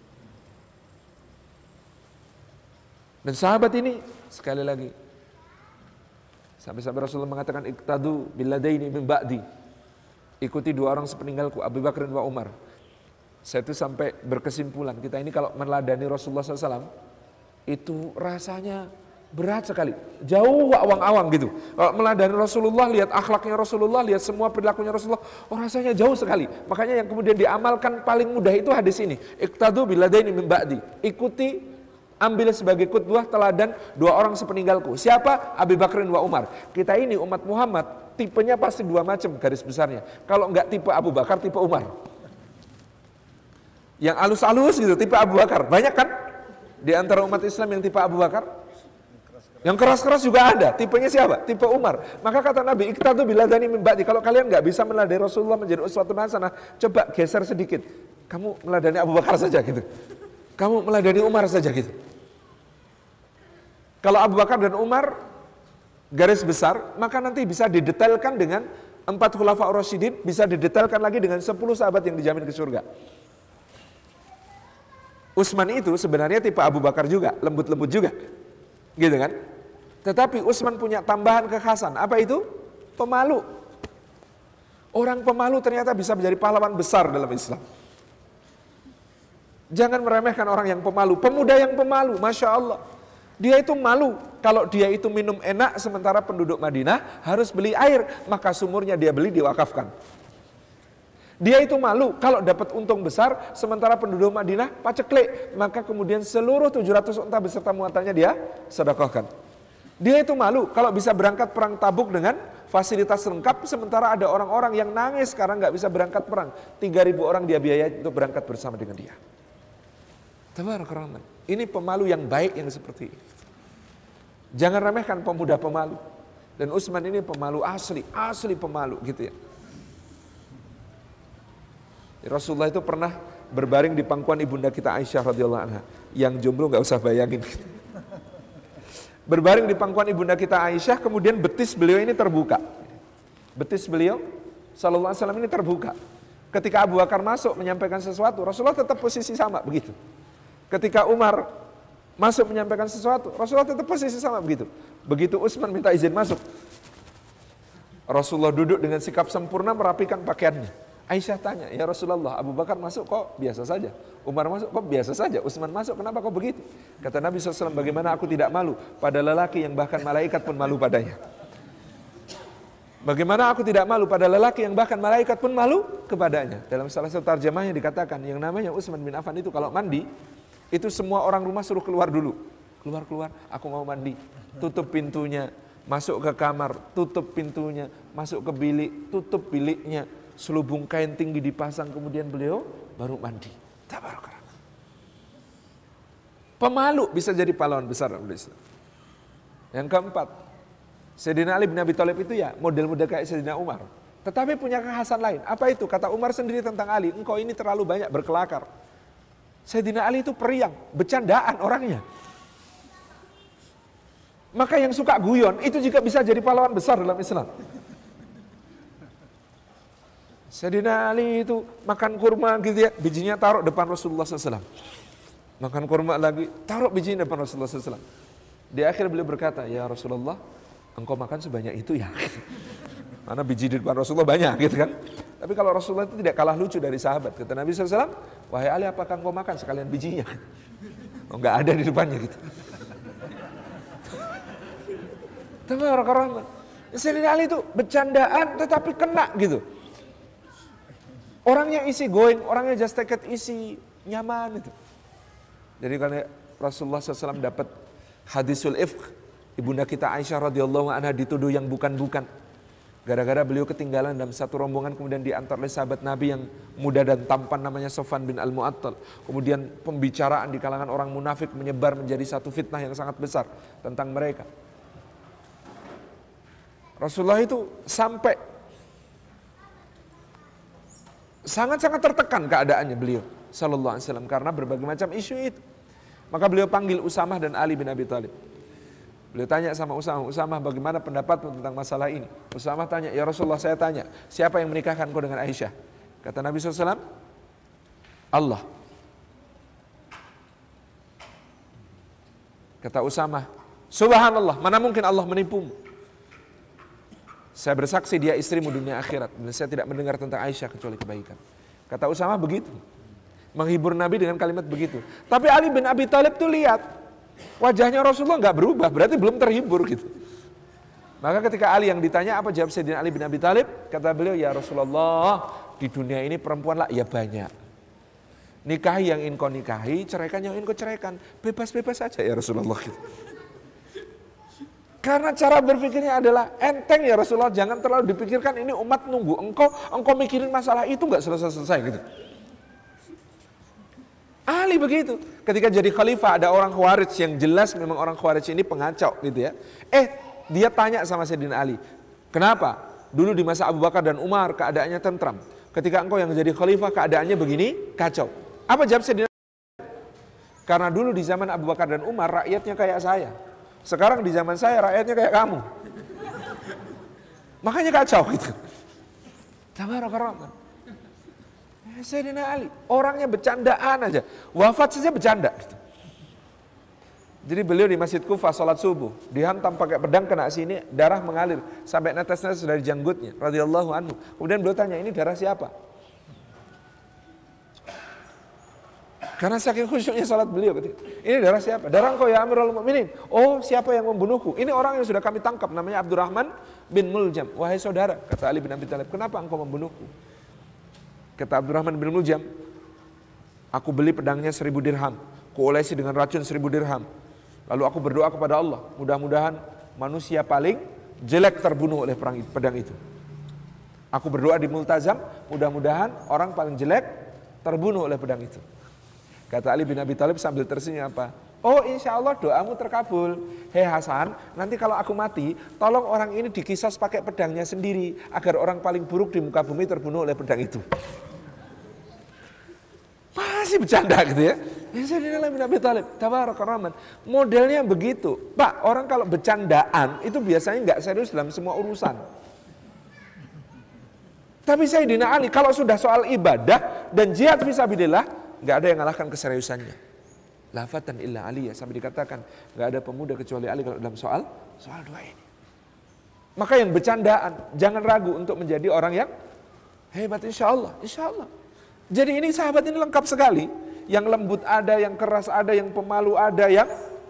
Speaker 1: Dan sahabat ini sekali lagi, sampai-sampai Rasulullah mengatakan iqtadu billadaini min ba'di. Ikuti dua orang sepeninggalku, Abu Bakar dan Umar. Saya itu sampai berkesimpulan, kita ini kalau meneladani Rasulullah shallallahu alaihi wasallam itu rasanya berat sekali, jauh awang-awang gitu. Kalau meneladani Rasulullah, lihat akhlaknya Rasulullah, lihat semua perilakunya Rasulullah, oh rasanya jauh sekali. Makanya yang kemudian diamalkan paling mudah itu hadis ini, iqtadu billadaini min ba'di. Ikuti, ambil sebagai qudwah teladan dua orang sepeninggalku. Siapa? Abu Bakar dan Umar. Kita ini umat Muhammad, tipenya pasti dua macam garis besarnya. Kalau enggak tipe Abu Bakar, tipe Umar. Yang alus-alus gitu, tipe Abu Bakar. Banyak kan? Di antara umat Islam yang tipe Abu Bakar. Yang keras-keras juga ada. Tipenya siapa? Tipe Umar. Maka kata Nabi, iqtadu biladani min ba'di. Kalau kalian nggak bisa meladani Rasulullah menjadi uswatun hasanah, coba geser sedikit. Kamu meladani Abu Bakar saja gitu. Kamu meladani Umar saja gitu. Kalau Abu Bakar dan Umar garis besar, maka nanti bisa didetailkan dengan empat khulafa ar-rasyidin, bisa didetailkan lagi dengan sepuluh sahabat yang dijamin ke surga. Utsman itu sebenarnya tipe Abu Bakar juga, lembut-lembut juga. Gitu kan? Tetapi Utsman punya tambahan kekhasan. Apa itu? Pemalu. Orang pemalu ternyata bisa menjadi pahlawan besar dalam Islam. Jangan meremehkan orang yang pemalu. Pemuda yang pemalu, Masya Allah. Dia itu malu kalau dia itu minum enak sementara penduduk Madinah harus beli air, maka sumurnya dia beli diwakafkan. Dia itu malu kalau dapat untung besar sementara penduduk Madinah paceklik, maka kemudian seluruh tujuh ratus unta beserta muatannya dia sedekahkan. Dia itu malu kalau bisa berangkat perang Tabuk dengan fasilitas lengkap sementara ada orang-orang yang nangis sekarang nggak bisa berangkat perang. tiga ribu orang dia biayai untuk berangkat bersama dengan dia. Tabarakallah. Ini pemalu yang baik yang seperti ini. Jangan remehkan pemuda pemalu. Dan Utsman ini pemalu asli, asli pemalu gitu ya. Rasulullah itu pernah berbaring di pangkuan ibunda kita Aisyah radhiyallahu anha. Yang jomblo nggak usah bayangin. Berbaring di pangkuan ibunda kita Aisyah, kemudian betis beliau ini terbuka. Betis beliau sallallahu alaihi wasallam ini terbuka. Ketika Abu Bakar masuk menyampaikan sesuatu, Rasulullah tetap posisi sama begitu. Ketika Umar masuk menyampaikan sesuatu, Rasulullah tetap posisi sama begitu. Begitu Utsman minta izin masuk, Rasulullah duduk dengan sikap sempurna merapikan pakaiannya. Aisyah tanya, ya Rasulullah, Abu Bakar masuk kok biasa saja, Umar masuk kok biasa saja, Utsman masuk kenapa kok begitu? Kata Nabi shallallahu alaihi wasallam, bagaimana aku tidak malu pada lelaki yang bahkan malaikat pun malu padanya. Bagaimana aku tidak malu pada lelaki yang bahkan malaikat pun malu kepadanya. Dalam salah satu tarjamahnya dikatakan, yang namanya Utsman bin Affan itu kalau mandi, itu semua orang rumah suruh keluar dulu. Keluar-keluar, aku mau mandi. Tutup pintunya, masuk ke kamar, tutup pintunya, masuk ke bilik, tutup biliknya. Selubung kain tinggi dipasang, kemudian beliau baru mandi. Tabarakallah. Pemalu bisa jadi pahlawan besar. Yang keempat, Sayyidina Ali bin Abi Thalib itu ya model-model kayak Sayyidina Umar. Tetapi punya kekhasan lain. Apa itu? Kata Umar sendiri tentang Ali, engkau ini terlalu banyak berkelakar. Sayyidina Ali itu periang, bercandaan orangnya. Maka yang suka guyon itu juga bisa jadi pahlawan besar dalam Islam. Sayyidina Ali itu makan kurma gitu ya, bijinya taruh depan Rasulullah shallallahu alaihi wasallam. Makan kurma lagi, taruh bijinya depan Rasulullah shallallahu alaihi wasallam. Di akhir beliau berkata, ya Rasulullah, engkau makan sebanyak itu ya. Mana biji di depan Rasulullah banyak gitu kan. Tapi kalau Rasulullah itu tidak kalah lucu dari sahabat. Kata Nabi shallallahu alaihi wasallam, wahai Ali, apakah engkau makan sekalian bijinya? Oh, enggak ada di depannya gitu. Tabarakallah. Sayyidina Ali itu bercandaan tetapi kena gitu. Orangnya isi going, orangnya just take it isi, nyaman itu. Jadi kalau Rasulullah shallallahu alaihi wasallam dapat hadisul ifk, ibunda kita Aisyah radhiyallahu anha dituduh yang bukan-bukan. Gara-gara beliau ketinggalan dalam satu rombongan, kemudian diantar oleh sahabat Nabi yang muda dan tampan namanya Sofwan bin Al-Mu'attal. Kemudian pembicaraan di kalangan orang munafik menyebar menjadi satu fitnah yang sangat besar tentang mereka. Rasulullah itu sampai sangat-sangat tertekan keadaannya beliau sallallahu alaihi wasallam karena berbagai macam isu itu. Maka beliau panggil Usamah dan Ali bin Abi Thalib. Beliau tanya sama Usamah, Usamah bagaimana pendapatmu tentang masalah ini? Usamah tanya, ya Rasulullah saya tanya, siapa yang menikahkan kau dengan Aisyah? Kata Nabi shallallahu alaihi wasallam, Allah. Kata Usamah, subhanallah, mana mungkin Allah menipumu? Saya bersaksi dia istrimu dunia akhirat, dan saya tidak mendengar tentang Aisyah kecuali kebaikan. Kata Usamah begitu, menghibur Nabi dengan kalimat begitu. Tapi Ali bin Abi Thalib tuh lihat, wajahnya Rasulullah nggak berubah, berarti belum terhibur gitu. Maka ketika Ali yang ditanya apa jawab Sayyidina Ali bin Abi Thalib, kata beliau, ya Rasulullah, di dunia ini perempuan lah ya banyak. Nikahi yang ingin kau nikahi, ceraikan yang ingin kau ceraikan, bebas-bebas saja ya Rasulullah gitu. Karena cara berpikirnya adalah enteng ya Rasulullah, jangan terlalu dipikirkan ini umat nunggu engkau, engkau mikirin masalah itu nggak selesai-selesai gitu. Ali begitu. Ketika jadi khalifah ada orang Khawarij yang jelas memang orang Khawarij ini pengacau gitu ya. Eh dia tanya sama Sayyidina Ali, kenapa dulu di masa Abu Bakar dan Umar keadaannya tentram, ketika engkau yang jadi khalifah keadaannya begini kacau? Apa jawab Sayyidina Ali? Karena dulu di zaman Abu Bakar dan Umar rakyatnya kayak saya. Sekarang di zaman saya rakyatnya kayak kamu. Makanya kacau gitu. Tabarakallah. Sayyidina Ali, orangnya bercandaan aja. Wafat saja bercanda gitu. Jadi beliau di Masjid Kufah salat subuh, dihantam pakai pedang kena sini, darah mengalir sampai netes-netes dari janggutnya radhiyallahu anhu. Kemudian beliau tanya, ini darah siapa? Karena saking khusyuknya salat beliau ketika, ini darah siapa? Darah engkau ya Amirul Mukminin. Oh, siapa yang membunuhku? Ini orang yang sudah kami tangkap, namanya Abdurrahman bin Muljam. Wahai saudara, kata Ali bin Abi Thalib, kenapa engkau membunuhku? Kata Abdurrahman bin Muljam, aku beli pedangnya seribu dirham, kuolesi dengan racun seribu dirham. Lalu aku berdoa kepada Allah, mudah-mudahan manusia paling jelek terbunuh oleh perang pedang itu. Aku berdoa di Multazam, mudah-mudahan orang paling jelek terbunuh oleh pedang itu. Kata Ali bin Abi Thalib sambil tersenyum apa? Oh, insya Allah doamu terkabul. Hei Hasan, nanti kalau aku mati, tolong orang ini dikisos pakai pedangnya sendiri, agar orang paling buruk di muka bumi terbunuh oleh pedang itu. Masih bercanda gitu ya. Ya Sayyidina Ali bin Abi Thalib, tabarakallah. Modelnya begitu. Pak, orang kalau bercandaan itu biasanya nggak serius dalam semua urusan. Tapi Sayyidina Ali kalau sudah soal ibadah dan jihad fisabilillah, nggak ada yang ngalahkan keseriusannya. Lafatan illa Ali, ya, sampai dikatakan nggak ada pemuda kecuali Ali kalau dalam soal soal dua ini. Maka yang bercandaan jangan ragu untuk menjadi orang yang hebat, insya Allah, insya Allah. Jadi ini sahabat ini lengkap sekali. Yang lembut ada, yang keras ada, yang pemalu ada, yang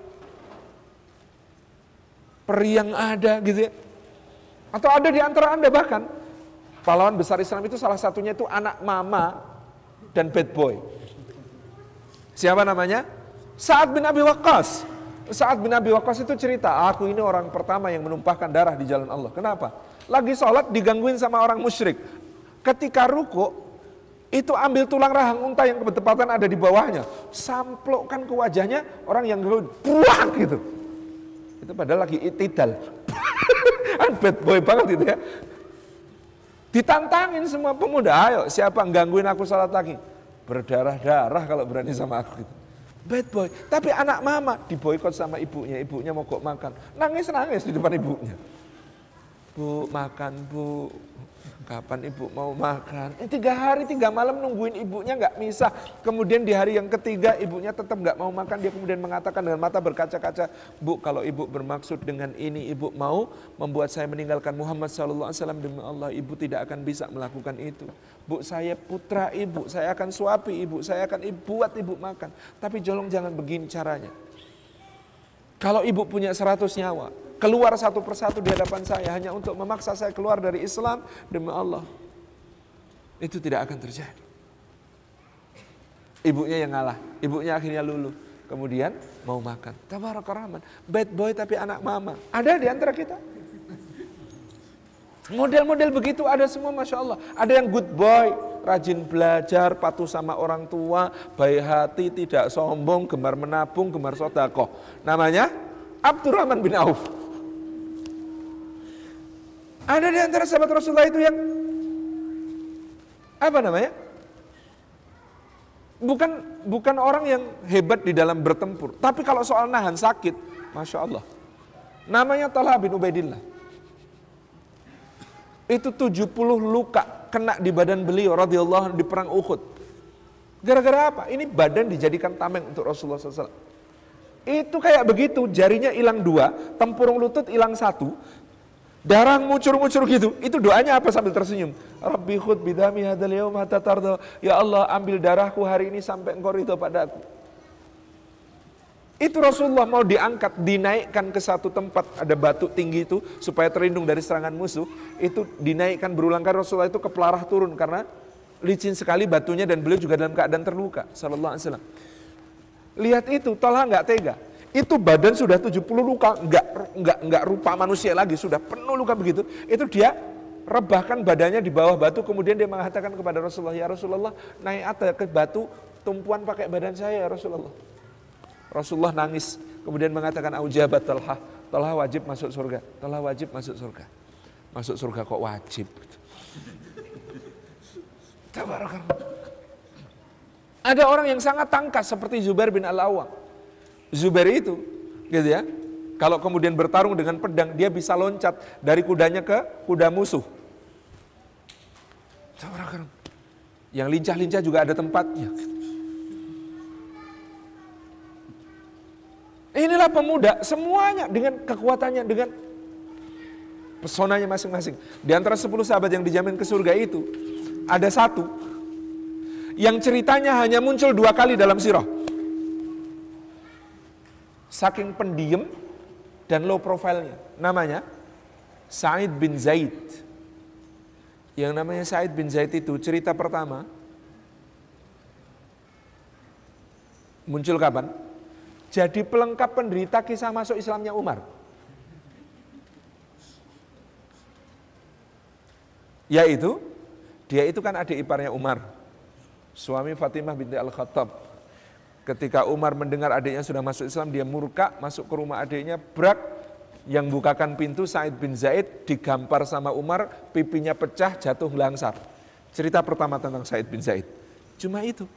Speaker 1: periang ada, gitu ya. Atau ada di antara anda bahkan pahlawan besar Islam itu salah satunya itu anak mama dan bad boy. Siapa namanya? Sa'ad bin Abi Waqqas. Sa'ad bin Abi Waqqas itu cerita, aku ini orang pertama yang menumpahkan darah di jalan Allah. Kenapa? Lagi sholat digangguin sama orang musyrik. Ketika ruku, itu ambil tulang rahang unta yang bertepatan ada di bawahnya, samplokkan ke wajahnya orang yang buang gitu. Itu padahal lagi itidal. Bad boy banget gitu ya. Ditantangin semua pemuda, ayo siapa gangguin aku sholat lagi? Berdarah-darah kalau berani sama aku gitu. Bad boy, tapi anak mama diboikot sama ibunya, ibunya mogok makan, nangis-nangis di depan ibunya. Bu, makan bu, kapan ibu mau makan? Eh, tiga hari tiga malam nungguin ibunya nggak bisa. Kemudian di hari yang ketiga ibunya tetap nggak mau makan. Dia kemudian mengatakan dengan mata berkaca-kaca, bu kalau ibu bermaksud dengan ini ibu mau membuat saya meninggalkan Muhammad Sallallahu Alaihi Wasallam, demi Allah ibu tidak akan bisa melakukan itu. Bu saya putra ibu, saya akan suapi ibu, saya akan buat ibu makan. Tapi jolong jangan begini caranya. Kalau ibu punya seratus nyawa, keluar satu persatu di hadapan saya hanya untuk memaksa saya keluar dari Islam, demi Allah itu tidak akan terjadi. Ibunya yang ngalah, ibunya akhirnya luluh, kemudian mau makan. Tabarak Rahman, bad boy tapi anak mama. Ada di antara kita model-model begitu, ada semua, masya Allah. Ada yang good boy, rajin belajar, patuh sama orang tua, baik hati, tidak sombong, gemar menabung, gemar sedekah. Namanya Abdurrahman bin Auf. Ada di antara sahabat Rasulullah itu yang apa namanya? Bukan bukan orang yang hebat di dalam bertempur, tapi kalau soal nahan sakit, masya Allah. Namanya Talha bin Ubaidillah. Itu tujuh puluh luka kena di badan beliau radhiyallahu anhu di perang Uhud. Gara-gara apa? Ini badan dijadikan tameng untuk Rasulullah shallallahu alaihi wasallam. Itu kayak begitu, jarinya hilang dua, tempurung lutut hilang satu, darah ngucur-ngucur gitu. Itu doanya apa sambil tersenyum? Rabbi khud bidami hadzal yaum hatta tarda. Ya Allah, ambil darahku hari ini sampai engkau ridho padaku. Itu Rasulullah mau diangkat, dinaikkan ke satu tempat, ada batu tinggi itu supaya terlindung dari serangan musuh. Itu dinaikkan berulang kali, Rasulullah itu kepelarah turun karena licin sekali batunya dan beliau juga dalam keadaan terluka sallallahu alaihi wasallam. Lihat itu, Talha nggak tega. Itu badan sudah tujuh puluh luka, nggak nggak nggak rupa manusia lagi, sudah penuh luka begitu. Itu dia rebahkan badannya di bawah batu, kemudian dia mengatakan kepada Rasulullah, ya Rasulullah, naik atas ke batu, tumpuan pakai badan saya ya Rasulullah. Rasulullah nangis, kemudian mengatakan aujabat Talha, Talha wajib masuk surga, Talha wajib masuk surga. Masuk surga kok wajib? Tabarakallah. Ada orang yang sangat tangkas seperti Zubair bin Al-Awwam. Zubair itu, gitu ya, kalau kemudian bertarung dengan pedang, dia bisa loncat dari kudanya ke kuda musuh. Tabarakallah. Yang lincah-lincah juga ada tempatnya. Inilah pemuda, semuanya dengan kekuatannya, dengan pesonanya masing-masing. Di antara sepuluh sahabat yang dijamin ke surga itu, ada satu yang ceritanya hanya muncul dua kali dalam sirah. Saking pendiam dan low profile-nya. Namanya Sa'id bin Zaid. Yang namanya Sa'id bin Zaid itu cerita pertama muncul kapan? Jadi pelengkap penderita kisah masuk Islamnya Umar. Yaitu, dia itu kan adik iparnya Umar, suami Fatimah binti Al-Khattab. Ketika Umar mendengar adiknya sudah masuk Islam, dia murka, masuk ke rumah adiknya, brak, yang bukakan pintu Sa'id bin Zaid, digampar sama Umar, pipinya pecah, jatuh langsar. Cerita pertama tentang Sa'id bin Zaid. Cuma itu.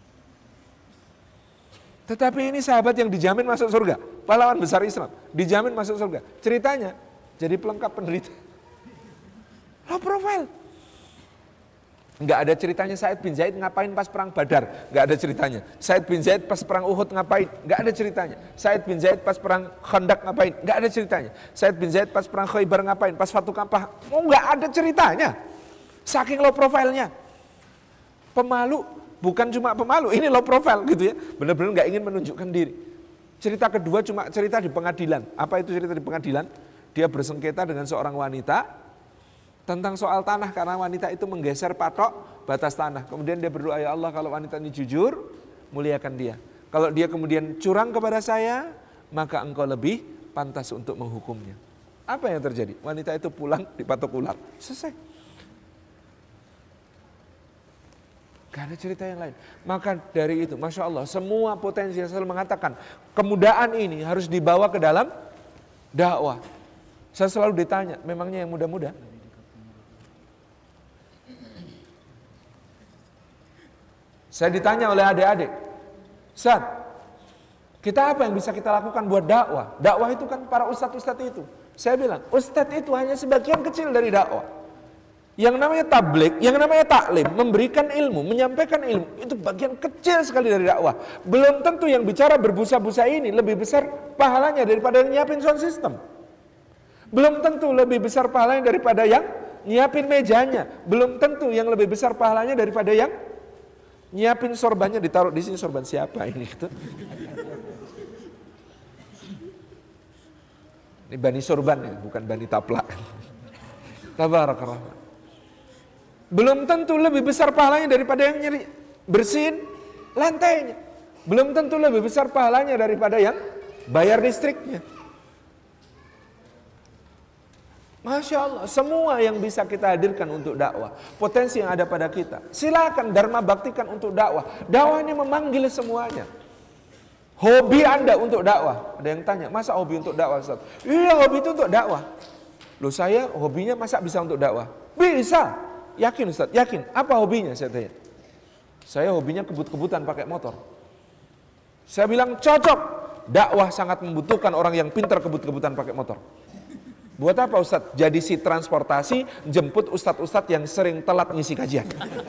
Speaker 1: Tetapi ini sahabat yang dijamin masuk surga, pahlawan besar Islam, dijamin masuk surga. Ceritanya, jadi pelengkap penderita. Low profile. Enggak ada ceritanya Sa'id bin Zaid ngapain pas perang Badar, enggak ada ceritanya. Sa'id bin Zaid pas perang Uhud ngapain, enggak ada ceritanya. Sa'id bin Zaid pas perang Khandaq ngapain, enggak ada ceritanya. Sa'id bin Zaid pas perang Khaybar ngapain, pas Fatu Kampah, oh enggak ada ceritanya. Saking low profile-nya. Pemalu, bukan cuma pemalu, ini low profile gitu ya. Benar-benar enggak ingin menunjukkan diri. Cerita kedua cuma cerita di pengadilan. Apa itu cerita di pengadilan? Dia bersengketa dengan seorang wanita tentang soal tanah karena wanita itu menggeser patok batas tanah. Kemudian dia berdoa, ya Allah kalau wanita ini jujur, muliakan dia. Kalau dia kemudian curang kepada saya, maka engkau lebih pantas untuk menghukumnya. Apa yang terjadi? Wanita itu pulang dipatok ular. Selesai. Gak ada cerita yang lain. Maka dari itu, Masya Allah, semua potensi yang selalu mengatakan, kemudahan ini harus dibawa ke dalam dakwah. Saya selalu ditanya, memangnya yang muda-muda? Saya ditanya oleh adik-adik, Ustaz, kita apa yang bisa kita lakukan buat dakwah? Dakwah itu kan para ustadz-ustadz itu. Saya bilang, ustadz itu hanya sebagian kecil dari dakwah. Yang namanya tablik, yang namanya taklim, memberikan ilmu, menyampaikan ilmu, itu bagian kecil sekali dari dakwah. Belum tentu yang bicara berbusa-busa ini lebih besar pahalanya daripada yang nyiapin sound system. Belum tentu lebih besar pahalanya daripada yang nyiapin mejanya. Belum tentu yang lebih besar pahalanya daripada yang nyiapin sorbannya, ditaruh di sini, sorban siapa ini gitu. Ini bani sorban ya, bukan bani taplak. Tabarakallah. Belum tentu lebih besar pahalanya daripada yang nyeri bersihin lantainya. Belum tentu lebih besar pahalanya daripada yang bayar listriknya. Masya Allah, semua yang bisa kita hadirkan untuk dakwah, potensi yang ada pada kita, silakan dharma baktikan untuk dakwah. Dakwah ini memanggil semuanya. Hobi Anda untuk dakwah. Ada yang tanya, masa hobi untuk dakwah Ustaz? Iya, hobi itu untuk dakwah. Loh, saya hobinya masa bisa untuk dakwah? Bisa. Yakin Ustaz? Yakin. Apa hobinya? Saya tanya. Saya hobinya kebut-kebutan pakai motor. Saya bilang cocok. Dakwah sangat membutuhkan orang yang pintar kebut-kebutan pakai motor. Buat apa Ustadz? Jadi si transportasi jemput ustadz-ustadz yang sering telat ngisi kajian.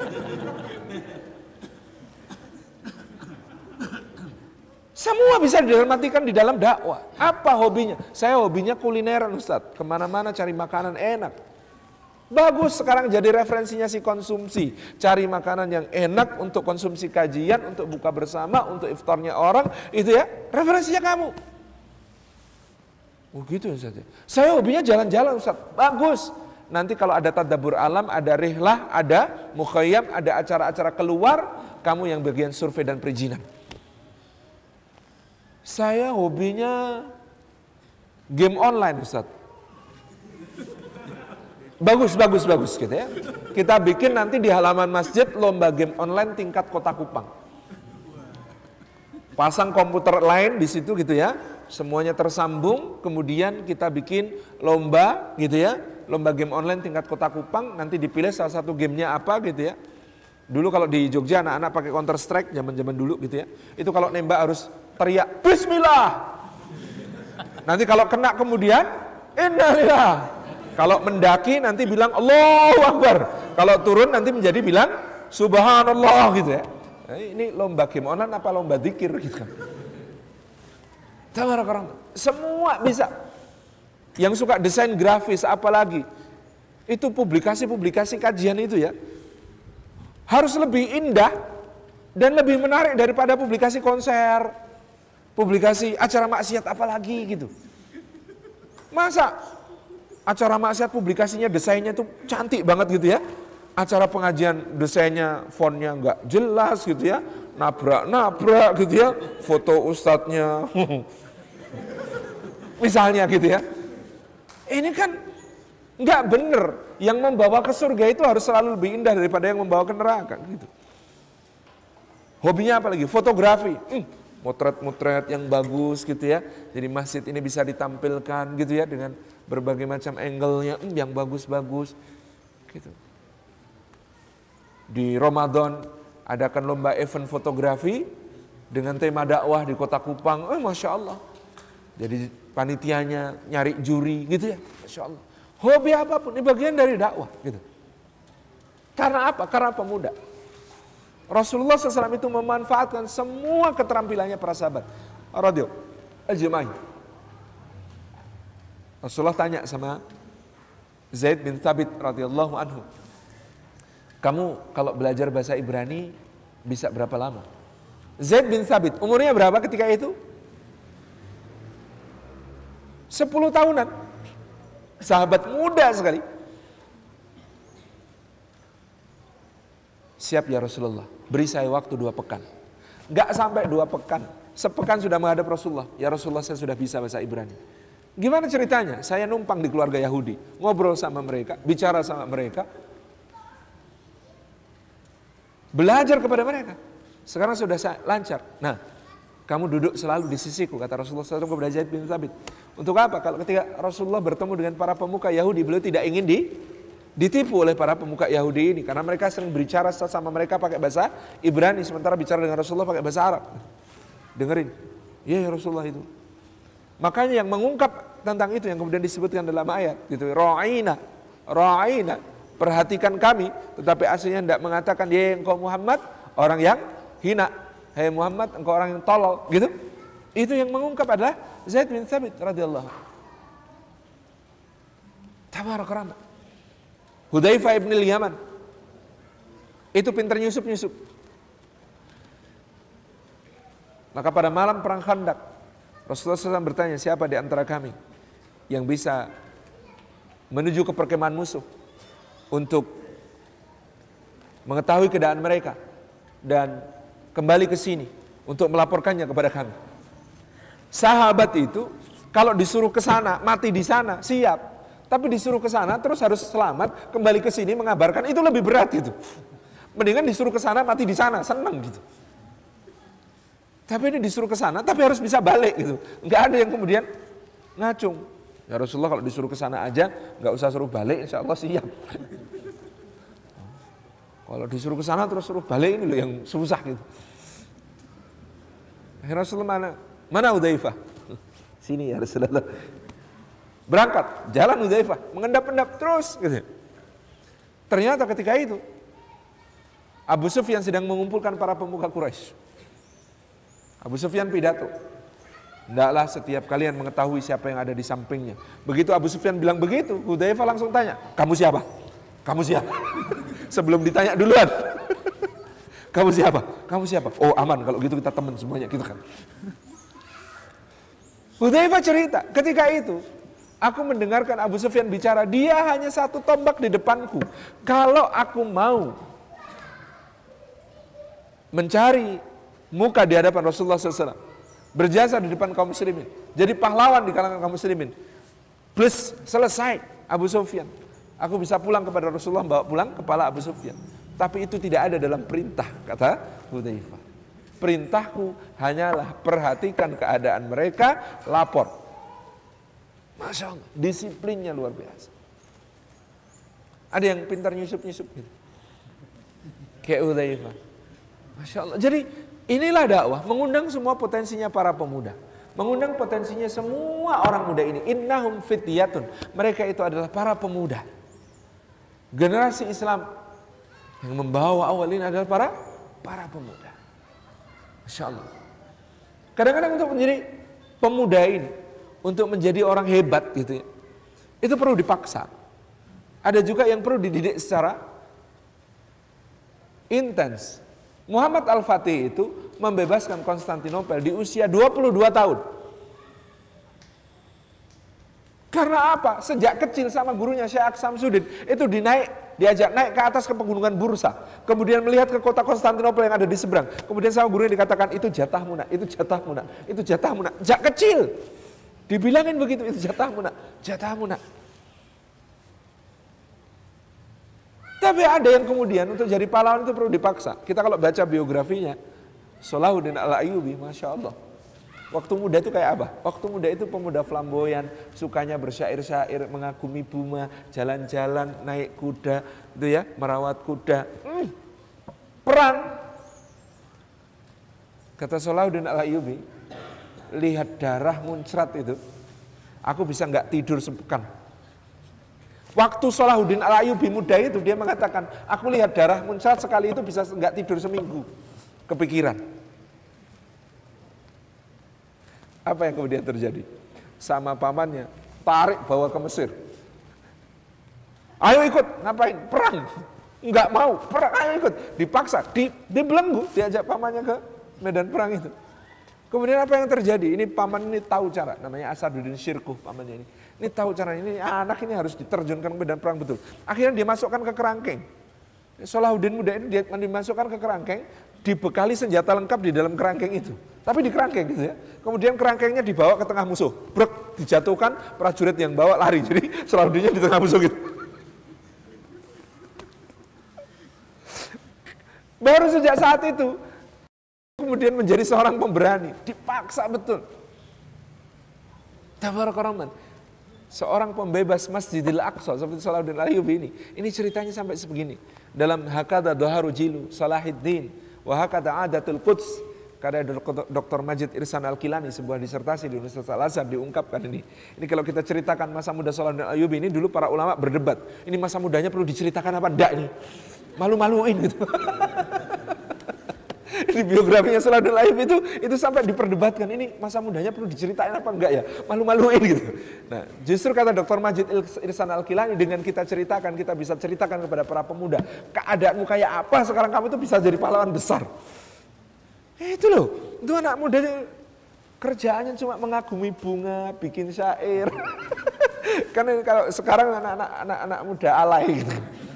Speaker 1: Semua bisa didarmatikan di dalam dakwah. Apa hobinya? Saya hobinya kulineran Ustadz. Kemana-mana cari makanan enak. Bagus, sekarang jadi referensinya si konsumsi. Cari makanan yang enak untuk konsumsi kajian, untuk buka bersama, untuk iftarnya orang. Itu ya, referensinya kamu. Oh gitu Ustaz. Saya hobinya jalan-jalan Ustaz. Bagus. Nanti kalau ada tadabbur alam, ada rihlah, ada mukhayyam, ada acara-acara keluar, kamu yang bagian survei dan perizinan. Saya hobinya game online Ustaz. Bagus, bagus, bagus gitu ya. Kita bikin nanti di halaman masjid lomba game online tingkat Kota Kupang. Pasang komputer lain di situ gitu ya. Semuanya tersambung, kemudian kita bikin lomba gitu ya, lomba game online tingkat Kota Kupang, nanti dipilih salah satu gamenya apa gitu ya. Dulu kalau di Jogja anak-anak pakai Counter Strike zaman-zaman dulu gitu ya, itu kalau nembak harus teriak Bismillah. Nanti kalau kena kemudian Innalillah. Kalau mendaki nanti bilang Allahu Akbar. Kalau turun nanti menjadi bilang Subhanallah gitu ya. Nah, ini lomba game online apa lomba zikir gitu kan. Semua bisa. Yang suka desain grafis apalagi, itu publikasi-publikasi kajian itu ya, harus lebih indah Dan lebih menarik daripada publikasi konser, publikasi acara maksiat apalagi gitu. Masa acara maksiat publikasinya desainnya tuh cantik banget gitu ya. Acara pengajian desainnya fontnya nggak jelas gitu ya. Nabrak-nabrak gitu ya. Foto ustadznya. Misalnya gitu ya. Ini kan nggak bener. Yang membawa ke surga itu harus selalu lebih indah daripada yang membawa ke neraka gitu. Hobinya apa lagi? Fotografi. Hmm, motret-motret yang bagus gitu ya. Jadi masjid ini bisa ditampilkan gitu ya dengan berbagai macam angle-nya hmm, yang bagus-bagus gitu. Di Ramadan adakan lomba event fotografi dengan tema dakwah di Kota Kupang. Eh, Masya Allah. Jadi panitianya nyari juri gitu ya. Masya Allah. Hobi apapun, ini bagian dari dakwah gitu. Karena apa? Karena pemuda. Rasulullah shallallahu alaihi wasallam itu memanfaatkan semua keterampilannya para sahabat. Radio, al-jama'i. Rasulullah tanya sama Zaid bin Thabit radhiyallahu anhu. Kamu kalau belajar bahasa Ibrani bisa berapa lama? Zaid bin Thabit, umurnya berapa ketika itu? Sepuluh tahunan. Sahabat muda sekali. Siap ya Rasulullah, beri saya waktu dua pekan. Gak sampai dua pekan, sepekan sudah menghadap Rasulullah. Ya Rasulullah, saya sudah bisa bahasa Ibrani. Gimana ceritanya? Saya numpang di keluarga Yahudi, ngobrol sama mereka, bicara sama mereka, belajar kepada mereka. Sekarang sudah lancar. Nah, kamu duduk selalu di sisiku, kata Rasulullah shallallahu alaihi wasallam kepada Zaid bin Thabit. Untuk apa? Kalau ketika Rasulullah bertemu dengan para pemuka Yahudi, beliau tidak ingin di ditipu oleh para pemuka Yahudi ini, karena mereka sering berbicara sama mereka pakai bahasa Ibrani, sementara bicara dengan Rasulullah pakai bahasa Arab. Dengerin, ya, ya Rasulullah itu. Makanya yang mengungkap tentang itu yang kemudian disebutkan dalam ayat, gitu. Ra'ina, ra'ina, perhatikan kami, tetapi aslinya tidak mengatakan, ya engkau Muhammad orang yang hina, hai Muhammad engkau orang yang tolol, gitu. Itu yang mengungkap adalah Zaid bin Thabit radhiyallahu anhu. Tabarak rahmat. Hudzaifah ibn al-Yaman. Itu pintar nyusup-nyusup. Maka pada malam perang Khandaq, Rasulullah shallallahu alaihi wasallam bertanya, siapa di antara kami yang bisa menuju ke perkemahan musuh untuk mengetahui keadaan mereka dan kembali ke sini untuk melaporkannya kepada kami. Sahabat itu kalau disuruh ke sana, mati di sana, siap. Tapi disuruh ke sana terus harus selamat, kembali ke sini mengabarkan, itu lebih berat gitu. Mendingan disuruh ke sana, mati di sana, senang gitu. Tapi ini disuruh ke sana, tapi harus bisa balik gitu. Enggak ada yang kemudian ngacung. Ya Rasulullah kalau disuruh ke sana aja, enggak usah suruh balik, insya Allah siap. Kalau disuruh ke sana terus suruh balik, ini loh yang susah gitu. Akhirnya Rasulullah mana? Mana Hudzaifah? Sini ya Rasulullah. Berangkat, jalan Hudzaifah, mengendap-endap terus gitu. Ternyata ketika itu Abu Sufyan sedang mengumpulkan para pemuka Quraisy. Abu Sufyan pidato. Hendaklah setiap kalian mengetahui siapa yang ada di sampingnya. Begitu Abu Sufyan bilang begitu, Hudzaifah langsung tanya, "Kamu siapa? Kamu siapa?" Sebelum ditanya duluan. "Kamu siapa? Kamu siapa?" "Oh, aman kalau gitu kita teman semuanya," gitu kan. Hudzaifah cerita, ketika itu aku mendengarkan Abu Sufyan bicara, dia hanya satu tombak di depanku. Kalau aku mau mencari muka di hadapan Rasulullah shallallahu alaihi wasallam, berjasa di depan kaum muslimin, jadi pahlawan di kalangan kaum muslimin, plus selesai Abu Sufyan, aku bisa pulang kepada Rasulullah, bawa pulang kepala Abu Sufyan. Tapi itu tidak ada dalam perintah, kata Hudzaifah. Perintahku hanyalah perhatikan keadaan mereka, lapor. Masya Allah, disiplinnya luar biasa. Ada yang pintar nyusup-nyusup gitu, kayak Hudzaifah. Masya Allah. Jadi inilah dakwah, mengundang semua potensinya para pemuda, mengundang potensinya semua orang muda ini. Innahum fityatun, mereka itu adalah para pemuda. Generasi Islam yang membawa awal ini adalah para para pemuda. Masya Allah. Kadang-kadang untuk menjadi pemuda ini, untuk menjadi orang hebat gitu ya, itu perlu dipaksa. Ada juga yang perlu dididik secara intens, Muhammad Al-Fatih itu membebaskan Konstantinopel di usia dua puluh dua tahun. Karena apa? Sejak kecil sama gurunya Syekh Samsudin itu dinaik, diajak naik ke atas ke pegunungan Bursa. Kemudian melihat ke kota Konstantinopel yang ada di seberang. Kemudian sama gurunya dikatakan itu jatahmu nak, itu jatahmu nak, itu jatahmu nak. Sejak kecil dibilangin begitu, itu jatahmu nak, jatahmu nak. Tapi ada yang kemudian untuk jadi pahlawan itu perlu dipaksa. Kita kalau baca biografinya Salahuddin Al-Ayyubi, Masya Allah. Waktu muda itu kayak apa? Waktu muda itu pemuda flamboyan, sukanya bersyair-syair, mengagumi bunga, jalan-jalan, naik kuda, itu ya, merawat kuda. Hmm, perang. Kata Salahuddin Al-Ayyubi, lihat darah muncrat itu, aku bisa nggak tidur sepekan. Waktu Salahuddin Al-Ayyubi muda itu dia mengatakan, aku lihat darah muncrat sekali itu bisa nggak tidur seminggu, kepikiran. Apa yang kemudian terjadi? Sama pamannya, tarik bawa ke Mesir. Ayo ikut, ngapain? Perang. Enggak mau, perang, ayo ikut. Dipaksa, di, dibelenggu, diajak pamannya ke medan perang itu. Kemudian apa yang terjadi? Ini paman ini tahu cara, namanya Asaduddin Syirkuh pamannya ini. Ini tahu cara, ini anak ini harus diterjunkan ke medan perang betul. Akhirnya dimasukkan ke kerangkeng. Salahuddin muda ini dia dimasukkan ke kerangkeng, dibekali senjata lengkap di dalam kerangkeng itu. Tapi di kerangkeng gitu ya. Kemudian kerangkengnya dibawa ke tengah musuh. Brek, dijatuhkan, prajurit yang bawa lari. Jadi Salahuddinnya di tengah musuh gitu. Baru sejak saat itu kemudian menjadi seorang pemberani, dipaksa betul. Tabarakallah. Seorang pembebas Masjidil Aqsa seperti Salahuddin Al-Ayyubi ini. Ini ceritanya sampai sebegini. Dalam Hakada Dhaharu Jilu Salahuddin wa Hakada Adatul Quds, karya Doktor Majid Irsan Al-Kilani, sebuah disertasi di Universitas Al-Azhar diungkapkan ini. Ini kalau kita ceritakan masa muda Salahuddin Al-Ayyubi ini, dulu para ulama berdebat. Ini masa mudanya perlu diceritakan apa enggak ini? Malu-maluin gitu. Di biografinya Salahuddin Al-Ayyubi itu itu sampai diperdebatkan, ini masa mudanya perlu diceritain apa enggak ya, malu-maluin gitu. Nah, justru kata Doktor Majid Irsan Al-Kilani, dengan kita ceritakan, kita bisa ceritakan kepada para pemuda, keadaanmu kayak apa sekarang, kamu itu bisa jadi pahlawan besar. Eh, itu loh, itu anak muda kerjaannya cuma mengagumi bunga, bikin syair. Kan kalau sekarang anak-anak anak-anak muda alay gitu.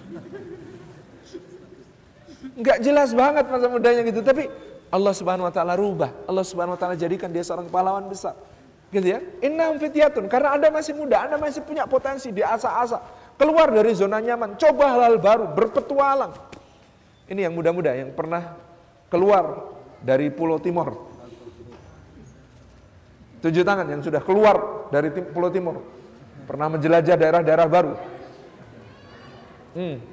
Speaker 1: Enggak jelas banget masa mudanya gitu, tapi Allah Subhanahu wa taala rubah. Allah Subhanahu wa taala jadikan dia seorang pahlawan besar. Gitu ya. Innahum fityatun, karena Anda masih muda, Anda masih punya potensi, diasah-asah. Keluar dari zona nyaman, coba hal-hal baru, berpetualang. Ini yang muda-muda yang pernah keluar dari Pulau Timur. Tujuh tangan yang sudah keluar dari Pulau Timur. Pernah menjelajah daerah-daerah baru. Hmm.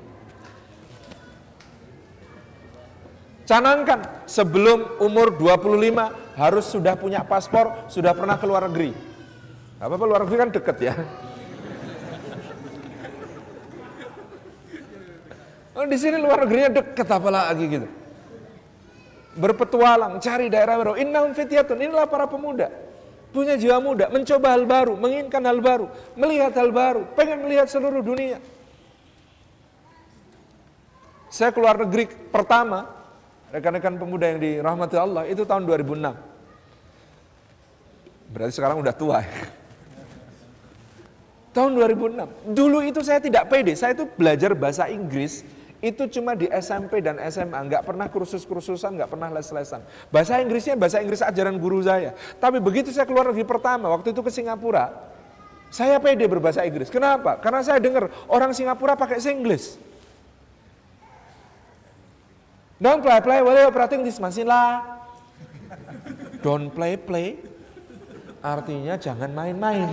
Speaker 1: Canangkan sebelum umur dua puluh lima harus sudah punya paspor, sudah pernah ke luar negeri. Apa-apa luar negeri kan deket ya. Oh, di sini luar negerinya deket, apa lagi gitu. Berpetualang, cari daerah baru. Innahum fityatun, inilah para pemuda. Punya jiwa muda, mencoba hal baru, menginginkan hal baru, melihat hal baru, pengen melihat seluruh dunia. Saya keluar negeri pertama, rekan-rekan pemuda yang dirahmati Allah, itu tahun dua ribu enam. Berarti sekarang udah tua ya. Tahun dua ribu enam. Dulu itu saya tidak pede, saya itu belajar bahasa Inggris itu cuma di S M P dan S M A, nggak pernah kursus-kursusan, nggak pernah les-lesan. Bahasa Inggrisnya bahasa Inggris ajaran guru saya. Tapi begitu saya keluar negeri pertama, waktu itu ke Singapura, saya pede berbahasa Inggris. Kenapa? Karena saya dengar orang Singapura pakai Singlish. Don't play play, well operating this machine lah. Don't play play, artinya jangan main-main.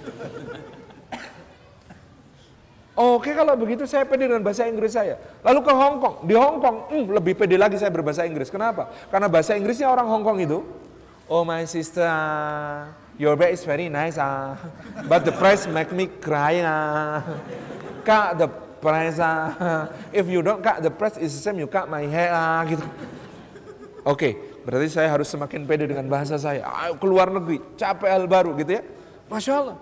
Speaker 1: Oke, kalau begitu saya pede dengan bahasa Inggris saya. Lalu ke Hong Kong, di Hong Kong hmm, lebih pede lagi saya berbahasa Inggris. Kenapa? Karena bahasa Inggrisnya orang Hong Kong itu, oh my sister, your bed is very nice ah, but the price make me cry ah. Kak, the price ah, if you don't cut the price is the same you cut my hair ah, gitu. Oke, berarti saya harus semakin pede dengan bahasa saya. Ayo keluar negeri, capek hal baru gitu ya. Masya Allah.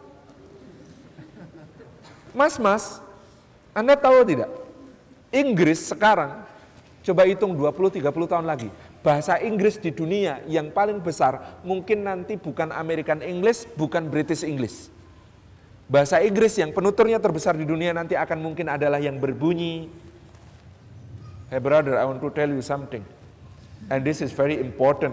Speaker 1: Mas-mas, Anda tahu tidak? Inggris sekarang Coba hitung dua puluh tiga puluh tahun lagi. Bahasa Inggris di dunia yang paling besar mungkin nanti bukan American English, bukan British English. Bahasa Inggris yang penuturnya terbesar di dunia nanti akan mungkin adalah yang berbunyi, "Hey brother, I want to tell you something. And this is very important."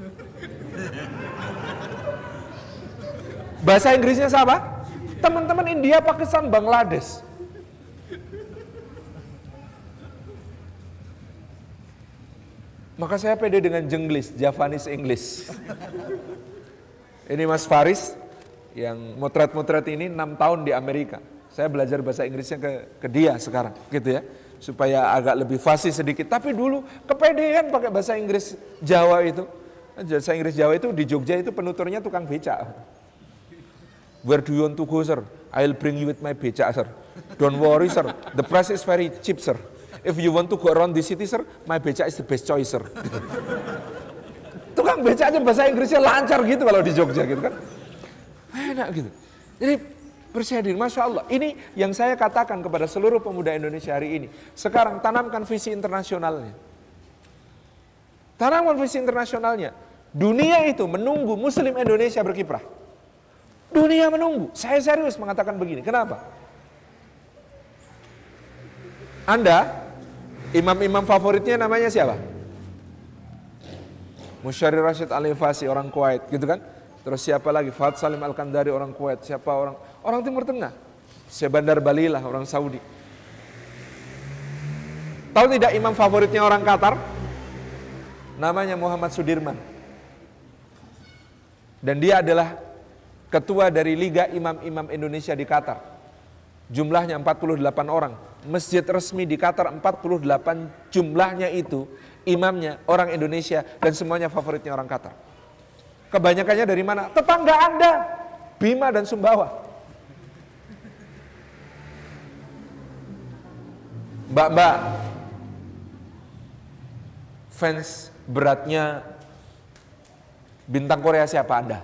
Speaker 1: Bahasa Inggrisnya siapa? Teman-teman India, Pakistan, Bangladesh. Maka saya pede dengan Jenglis, Javanese English. Ini Mas Faris yang motret-motret ini enam tahun di Amerika. Saya belajar bahasa Inggrisnya ke, ke dia sekarang, gitu ya, supaya agak lebih fasih sedikit. Tapi dulu kepedean pakai bahasa Inggris Jawa itu. Bahasa Inggris Jawa itu di Jogja itu penuturnya tukang beca. Where do you want to go, sir? I'll bring you with my beca, sir. Don't worry, sir. The price is very cheap, sir. If you want to go around the city, sir, my beca is the best choice, sir. Tukang beca aja bahasa Inggrisnya lancar gitu kalau di Jogja gitu kan. Enak gitu. Jadi percaya diri, Masya Allah. Ini yang saya katakan kepada seluruh pemuda Indonesia hari ini. Sekarang tanamkan visi internasionalnya. Tanamkan visi internasionalnya. Dunia itu menunggu Muslim Indonesia berkiprah. Dunia menunggu. Saya serius mengatakan begini. Kenapa? Anda imam-imam favoritnya namanya siapa? Musyari Rashid Al-Ifasi, orang Kuwait, gitu kan? Terus siapa lagi? Fahad Salim Al-Kandari, orang Kuwait. Siapa orang? Orang Timur Tengah. Syekh Bandar Balilah, orang Saudi. Tahu tidak imam favoritnya orang Qatar? Namanya Muhammad Sudirman. Dan dia adalah ketua dari Liga Imam-Imam Indonesia di Qatar. Jumlahnya empat puluh delapan orang. Masjid resmi di Qatar empat puluh delapan jumlahnya itu, imamnya orang Indonesia dan semuanya favoritnya orang Qatar. Kebanyakannya dari mana? Tetangga Anda, Bima dan Sumbawa. Mbak-mbak, fans beratnya bintang Korea siapa Anda?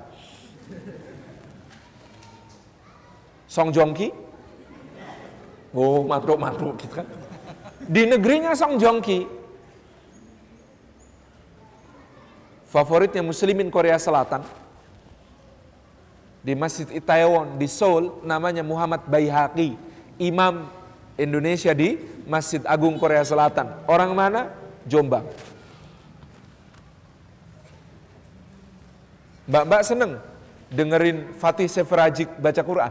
Speaker 1: Song Joong Ki? Oh, matruk-matruk gitu kan. Di negerinya Song Joong Ki, favoritnya muslimin Korea Selatan, di Masjid Itaewon di Seoul namanya Muhammad Baihaqi, imam Indonesia di Masjid Agung Korea Selatan. Orang mana? Jombang. Mbak-mbak seneng dengerin Fatih Seferajik baca Quran.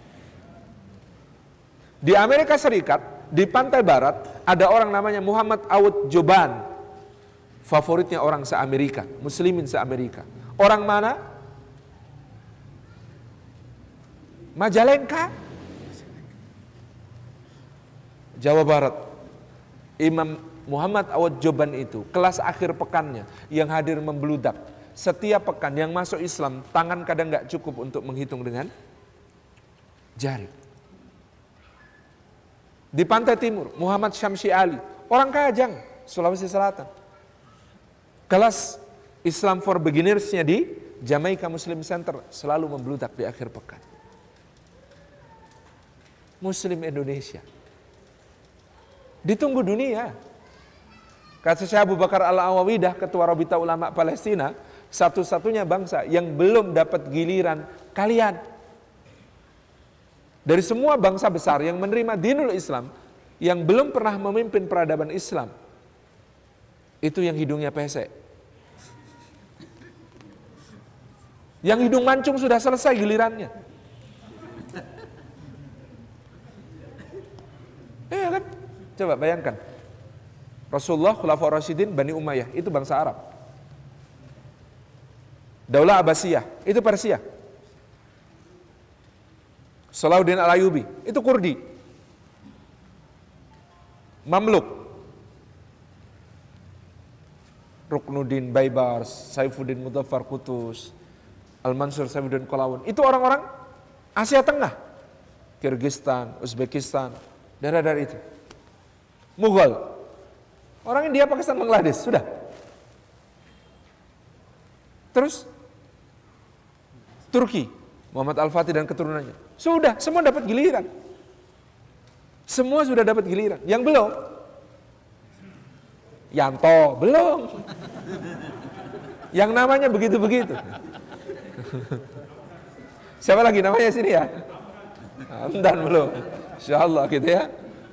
Speaker 1: Di Amerika Serikat, di pantai barat, ada orang namanya Muhammad Awad Joban. Favoritnya orang se-Amerika, muslimin se-Amerika. Orang mana? Majalengka, Jawa Barat. Imam Muhammad Awad Joban itu, kelas akhir pekannya, yang hadir membludak. Setiap pekan yang masuk Islam, tangan kadang gak cukup untuk menghitung dengan jari. Di pantai timur, Muhammad Syamsi Ali, orang Kajang, Sulawesi Selatan. Kelas Islam for Beginners-nya di Jamaica Muslim Center selalu membludak di akhir pekan. Muslim Indonesia. Ditunggu dunia. Kata Syekh Abu Bakar Al-Awawidah, Ketua Rabita Ulama Palestina, satu-satunya bangsa yang belum dapat giliran kalian. Dari semua bangsa besar yang menerima dinul Islam, yang belum pernah memimpin peradaban Islam, itu yang hidungnya pesek. Yang hidung mancung sudah selesai gilirannya. Iya kan? Coba bayangkan. Rasulullah, Khulafaur Rasyidin, Bani Umayyah, itu bangsa Arab. Daulah Abbasiyah, itu Persia. Salahuddin Al-Ayyubi, itu Kurdi. Mamluk. Ruknuddin Baibars, Saifuddin Mudzaffar Qutus, Al-Mansur Saifuddin Qalawun. Itu orang-orang Asia Tengah. Kyrgyzstan, Uzbekistan, daerah-daerah itu. Mughal. Orang India, Pakistan, Bangladesh, sudah. Terus Turki, Muhammad Al-Fatih dan keturunannya. Sudah, semua dapat giliran. Semua sudah dapat giliran. Yang belum, Yanto, belum. Yang namanya begitu-begitu. Siapa lagi namanya sini ya? Hamdan belum. Insyaallah gitu ya.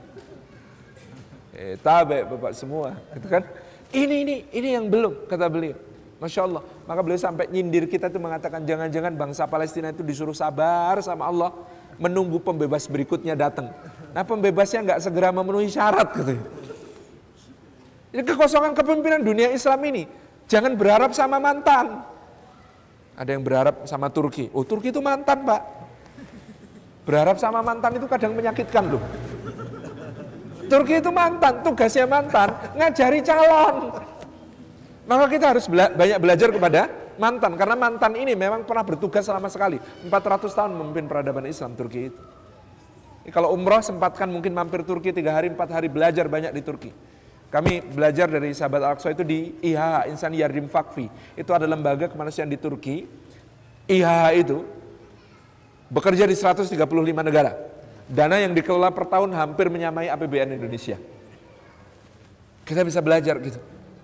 Speaker 1: Eh, tabe Bapak semua, gitu kan? Ini ini ini yang belum, kata beliau. Masya Allah. Maka beliau sampai nyindir kita tuh mengatakan jangan-jangan bangsa Palestina itu disuruh sabar sama Allah menunggu pembebas berikutnya datang. Nah pembebasnya nggak segera memenuhi syarat gitu. Ini kekosongan kepemimpinan dunia Islam ini. Jangan berharap sama mantan. Ada yang berharap sama Turki. Oh Turki itu mantan Pak. Berharap sama mantan itu kadang menyakitkan loh. Turki itu mantan, tugasnya mantan, ngajari calon. Maka kita harus bela banyak belajar kepada mantan. Karena mantan ini memang pernah bertugas selama sekali. empat ratus tahun memimpin peradaban Islam Turki itu. Jadi, kalau umroh sempatkan mungkin mampir Turki tiga hari, empat hari belajar banyak di Turki. Kami belajar dari sahabat Al-Aqsa itu di I H H, Insan Yardim Vakfi. Itu ada lembaga kemanusiaan di Turki. I H H itu bekerja di seratus tiga puluh lima negara. Dana yang dikelola per tahun hampir menyamai A P B N Indonesia. Kita bisa belajar gitu.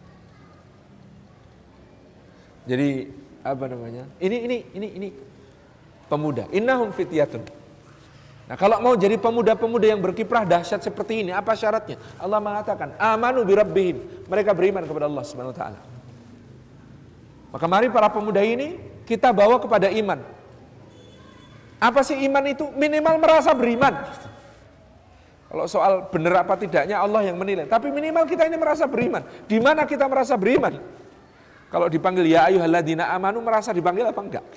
Speaker 1: Jadi apa namanya? Ini ini ini ini pemuda. Innahum fityatun. Nah, kalau mau jadi pemuda-pemuda yang berkiprah dahsyat seperti ini, apa syaratnya? Allah mengatakan, amanu bi rabbihim. Mereka beriman kepada Allah Subhanahu wa taala. Maka mari para pemuda ini kita bawa kepada iman. Apa sih iman itu? Minimal merasa beriman. Kalau soal benar apa tidaknya Allah yang menilai. Tapi minimal kita ini merasa beriman. Di mana kita merasa beriman? Kalau dipanggil ya ayyuhalladzina amanu, merasa dipanggil apa enggak?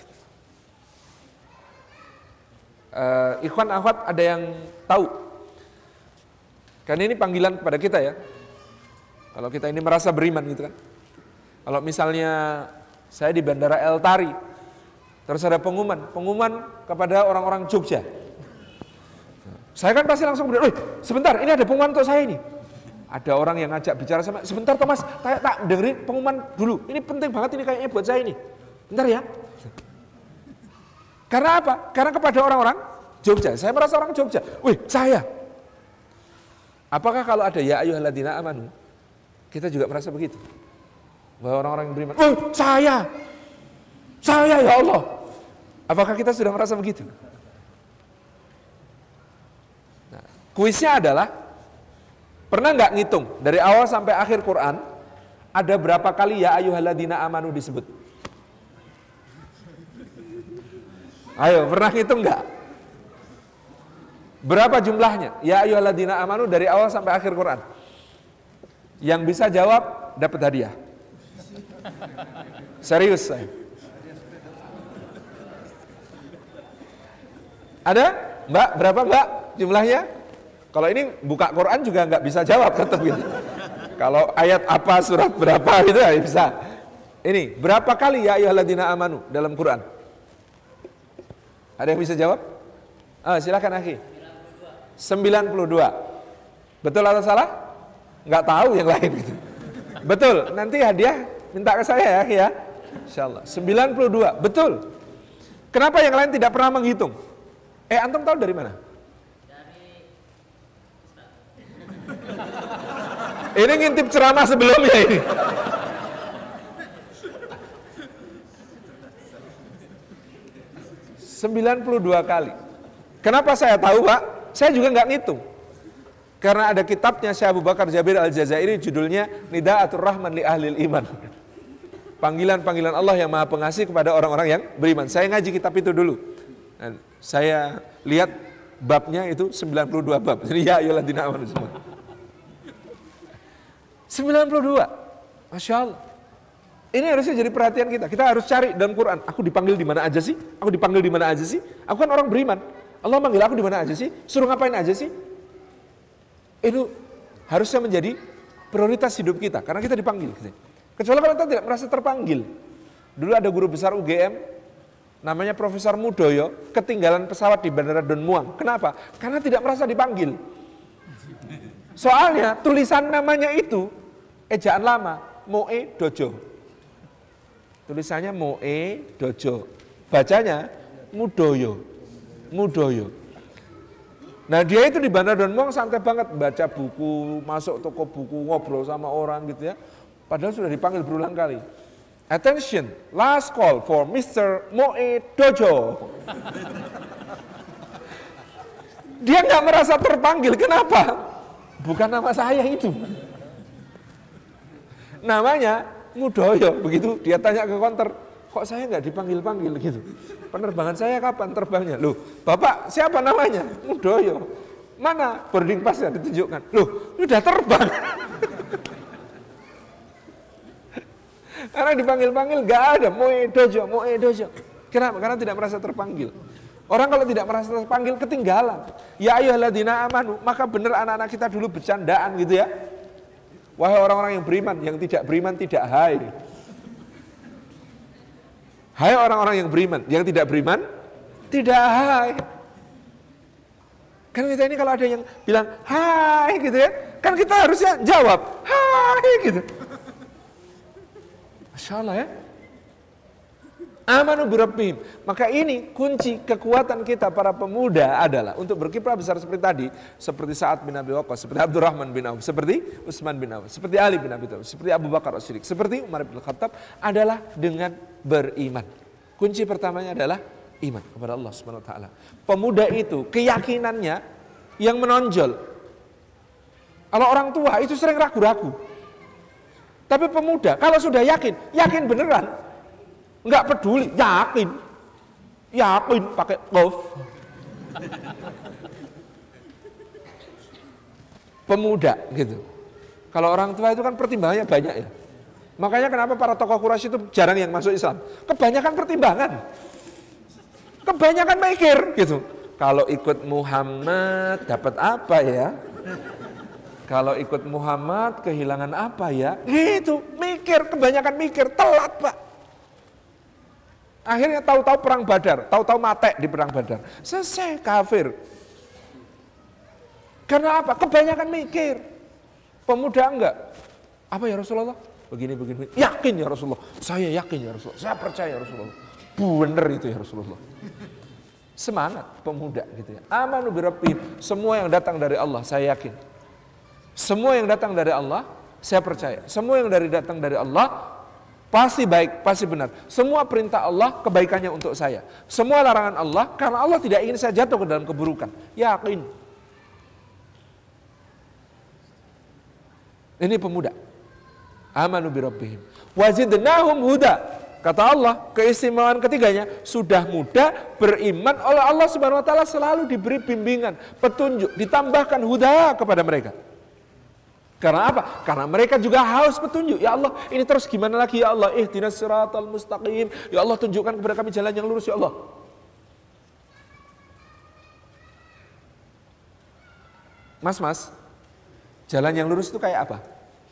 Speaker 1: Uh, ikhwan akhwat ada yang tahu? Karena ini panggilan kepada kita ya. Kalau kita ini merasa beriman gitu kan. Kalau misalnya saya di Bandara El Tari, terus ada pengumuman, pengumuman kepada orang-orang Jogja. Saya kan pasti langsung bilang, sebentar, ini ada pengumuman untuk saya ini. Ada orang yang ngajak bicara sama, sebentar Thomas, tak, tak dengerin pengumuman dulu. Ini penting banget ini kayaknya buat saya ini. Bentar ya. Karena apa? Karena kepada orang-orang Jogja. Saya merasa orang Jogja. Wih, saya. Apakah kalau ada ya ayyuhalladzina amanu, kita juga merasa begitu? Bahwa orang-orang yang beriman, wih, saya. Saya ya Allah. Apakah kita sudah merasa begitu? Nah, kuisnya adalah, pernah nggak ngitung dari awal sampai akhir Quran ada berapa kali ya ayyuhalladzina amanu disebut? Ayo, pernah ngitung nggak? Berapa jumlahnya? Ya ayyuhalladzina amanu dari awal sampai akhir Quran. Yang bisa jawab dapat hadiah. Serius saya. Ada? Mbak, berapa Mbak jumlahnya? Kalau ini buka Quran juga nggak bisa jawab tetap gitu. Kalau ayat apa, surat berapa gitu ya bisa. Ini, berapa kali ya ayyuhalladzina amanu dalam Quran? Ada yang bisa jawab? Ah, silakan akhi. sembilan puluh dua. Betul atau salah? Nggak tahu yang lain gitu. Betul, nanti hadiah minta ke saya ya, akhi ya. Insyaallah. sembilan puluh dua, betul. Kenapa yang lain tidak pernah menghitung? Eh, antum tahu dari mana? Dari Ustaz. Ini ngintip ceramah sebelumnya ini. sembilan puluh dua kali. Kenapa saya tahu Pak? Saya juga nggak ngitung. Karena ada kitabnya Syekh Abu Bakar Jabir Al-Jazairi judulnya Nida'atur Rahman li Ahlil Iman. Panggilan-panggilan Allah yang Maha Pengasih kepada orang-orang yang beriman. Saya ngaji kitab itu dulu. Dan saya lihat babnya itu sembilan puluh dua bab. Jadi ya ayyuhalladzina amanu semua. sembilan puluh dua. Masya Allah. Ini harusnya jadi perhatian kita. Kita harus cari dalam Quran. Aku dipanggil di mana aja sih? Aku dipanggil di mana aja sih? Aku kan orang beriman. Allah manggil aku di mana aja sih? Suruh ngapain aja sih? Itu harusnya menjadi prioritas hidup kita. Karena kita dipanggil. Kecuali kalau kita tidak merasa terpanggil. Dulu ada guru besar U G M, namanya Profesor Mudoyo, ketinggalan pesawat di Bandara Don Muang. Kenapa? Karena tidak merasa dipanggil. Soalnya tulisan namanya itu ejaan lama, Moe Dojo. Tulisannya Moe Dojo. Bacanya Mudoyo. Mudoyo. Nah dia itu di Bandar Don Muang santai banget, baca buku, masuk toko buku, ngobrol sama orang gitu ya. Padahal sudah dipanggil berulang kali. Attention, last call for mister Moe Dojo. Dia nggak merasa terpanggil, kenapa? Bukan nama saya itu. Namanya Mudoyo, begitu dia tanya ke konter, kok saya nggak dipanggil-panggil gitu. Penerbangan saya kapan terbangnya? Loh, Bapak siapa namanya? Mudoyo. Mana boarding pass-nya ditunjukkan? Loh, udah terbang. Karena dipanggil-panggil nggak ada, Moe Dojo, Moe Dojo. Kenapa? Karena tidak merasa terpanggil. Orang kalau tidak merasa terpanggil ketinggalan. Ya ayyuhalladzina amanu, maka benar anak-anak kita dulu bercandaan gitu ya. Wahai orang-orang yang beriman, yang tidak beriman tidak hai. Hai orang-orang yang beriman, yang tidak beriman tidak hai. Kan kita ini kalau ada yang bilang hai gitu ya, kan kita harusnya jawab hai gitu. Masya Allah ya. Amanu birabbihim. Maka ini kunci kekuatan kita para pemuda adalah untuk berkiprah besar seperti tadi, seperti Sa'ad bin Abi Waqqas, seperti Abdurrahman bin Auf, seperti Utsman bin Affan, seperti Ali bin Abi Thalib, seperti Abu Bakar As-Siddiq, seperti Umar bin Khattab adalah dengan beriman. Kunci pertamanya adalah iman kepada Allah Subhanahu wa taala. Pemuda itu keyakinannya yang menonjol. Kalau orang tua itu sering ragu-ragu. Tapi pemuda kalau sudah yakin, yakin beneran. Enggak peduli, yakin. Yakin pakai qaf. Pemuda gitu. Kalau orang tua itu kan pertimbangannya banyak ya. Makanya kenapa para tokoh Quraisy itu jarang yang masuk Islam. Kebanyakan pertimbangan. Kebanyakan mikir gitu. Kalau ikut Muhammad dapat apa ya? Kalau ikut Muhammad kehilangan apa ya? Gitu, mikir, kebanyakan mikir, telat Pak. Akhirnya tahu-tahu perang Badar, tahu-tahu mati di perang Badar. Selesai kafir. Karena apa? Kebanyakan mikir. Pemuda enggak. Apa ya Rasulullah? Begini, begini. Yakin ya Rasulullah. Saya yakin ya Rasulullah. Saya percaya ya Rasulullah. Bener itu ya Rasulullah. Semangat pemuda gitu ya. Amanu birabbihim. Semua yang datang dari Allah saya yakin. Semua yang datang dari Allah saya percaya. Semua yang dari datang dari Allah pasti baik, pasti benar. Semua perintah Allah kebaikannya untuk saya. Semua larangan Allah karena Allah tidak ingin saya jatuh ke dalam keburukan. Yakin. Ini pemuda. Amanu birabbihim. Wazidnahum huda. Kata Allah, keistimewaan ketiganya, sudah muda, beriman oleh Allah Subhanahu wa taala, selalu diberi bimbingan, petunjuk, ditambahkan huda kepada mereka. Karena apa? Karena mereka juga haus petunjuk. Ya Allah, ini terus gimana lagi ya Allah? Ihdinas siratal mustaqim. Ya Allah, tunjukkan kepada kami jalan yang lurus ya Allah. Mas, mas, jalan yang lurus itu kayak apa?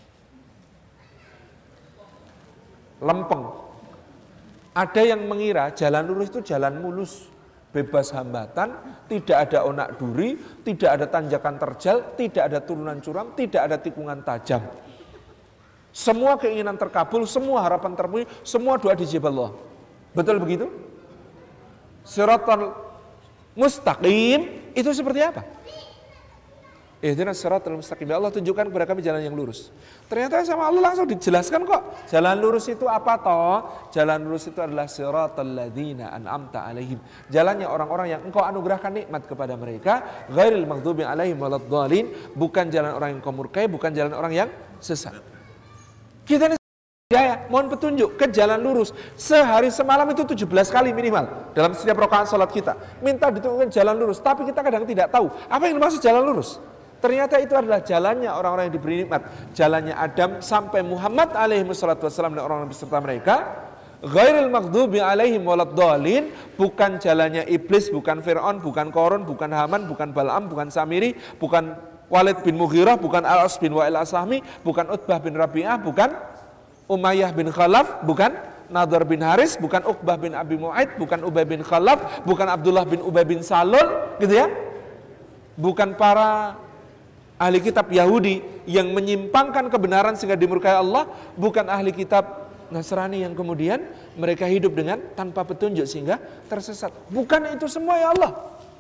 Speaker 1: Lempeng. Ada yang mengira jalan lurus itu jalan mulus, bebas hambatan, tidak ada onak duri, tidak ada tanjakan terjal, tidak ada turunan curam, tidak ada tikungan tajam. Semua keinginan terkabul, semua harapan terpenuhi, semua doa dijabah Allah. Betul begitu? Siratal mustaqim itu seperti apa? Ihdinas siratal mustaqim. Ya Allah, tunjukkan kepada kami jalan yang lurus. Ternyata sama Allah langsung dijelaskan kok. Jalan lurus itu apa toh? Jalan lurus itu adalah siratal ladzina an'amta alaihim. Jalannya orang-orang yang engkau anugerahkan nikmat kepada mereka, ghairil maghdubi alaihim waladdallin, bukan jalan orang yang kau murkai, bukan jalan orang yang sesat. Kita ini hidayah, mohon petunjuk ke jalan lurus. Sehari semalam itu tujuh belas kali minimal dalam setiap rakaat salat kita. Minta ditunjukkan jalan lurus, tapi kita kadang tidak tahu apa yang dimaksud jalan lurus. Ternyata itu adalah jalannya orang-orang yang diberi nikmat. Jalannya Adam sampai Muhammad alaihi wassalatu wassalam dan orang-orang beserta mereka. Ghairil maghdubi alaihim waladdallin, bukan jalannya iblis, bukan Fir'aun, bukan Qarun, bukan Haman, bukan Bal'am, bukan Samiri, bukan Walid bin Mughirah, bukan Al-As bin Wa'il As-Sahmi, bukan Utbah bin Rabi'ah, bukan Umayyah bin Khalaf, bukan Nadhr bin Haris, bukan Uqbah bin Abi Mu'aid, bukan Ubay bin Khalaf, bukan Abdullah bin Ubay bin Salul, gitu ya. Bukan para ahli kitab Yahudi yang menyimpangkan kebenaran sehingga dimurkai Allah, bukan ahli kitab Nasrani yang kemudian mereka hidup dengan tanpa petunjuk sehingga tersesat. Bukan itu semua ya Allah.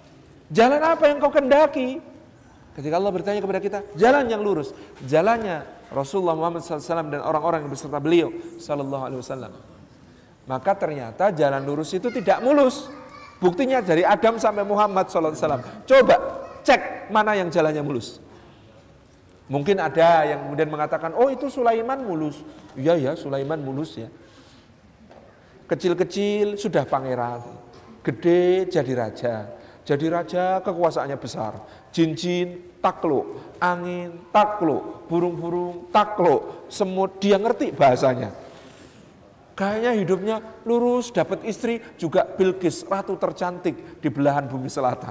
Speaker 1: Jalan apa yang kau kendaki? Ketika Allah bertanya kepada kita, jalan yang lurus. Jalannya Rasulullah Muhammad shallallahu alaihi wasallam dan orang-orang yang beserta beliau sallallahu alaihi wasallam. Maka ternyata jalan lurus itu tidak mulus. Buktinya dari Adam sampai Muhammad shallallahu alaihi wasallam. Coba cek mana yang jalannya mulus. Mungkin ada yang kemudian mengatakan, oh itu Sulaiman mulus. Iya ya, Sulaiman mulus ya. Kecil-kecil sudah pangeran, gede jadi raja. Jadi raja kekuasaannya besar. Jin-jin takluk, angin takluk, burung-burung takluk, semut dia ngerti bahasanya. Kayaknya hidupnya lurus, dapat istri juga Bilqis, ratu tercantik di belahan bumi selatan.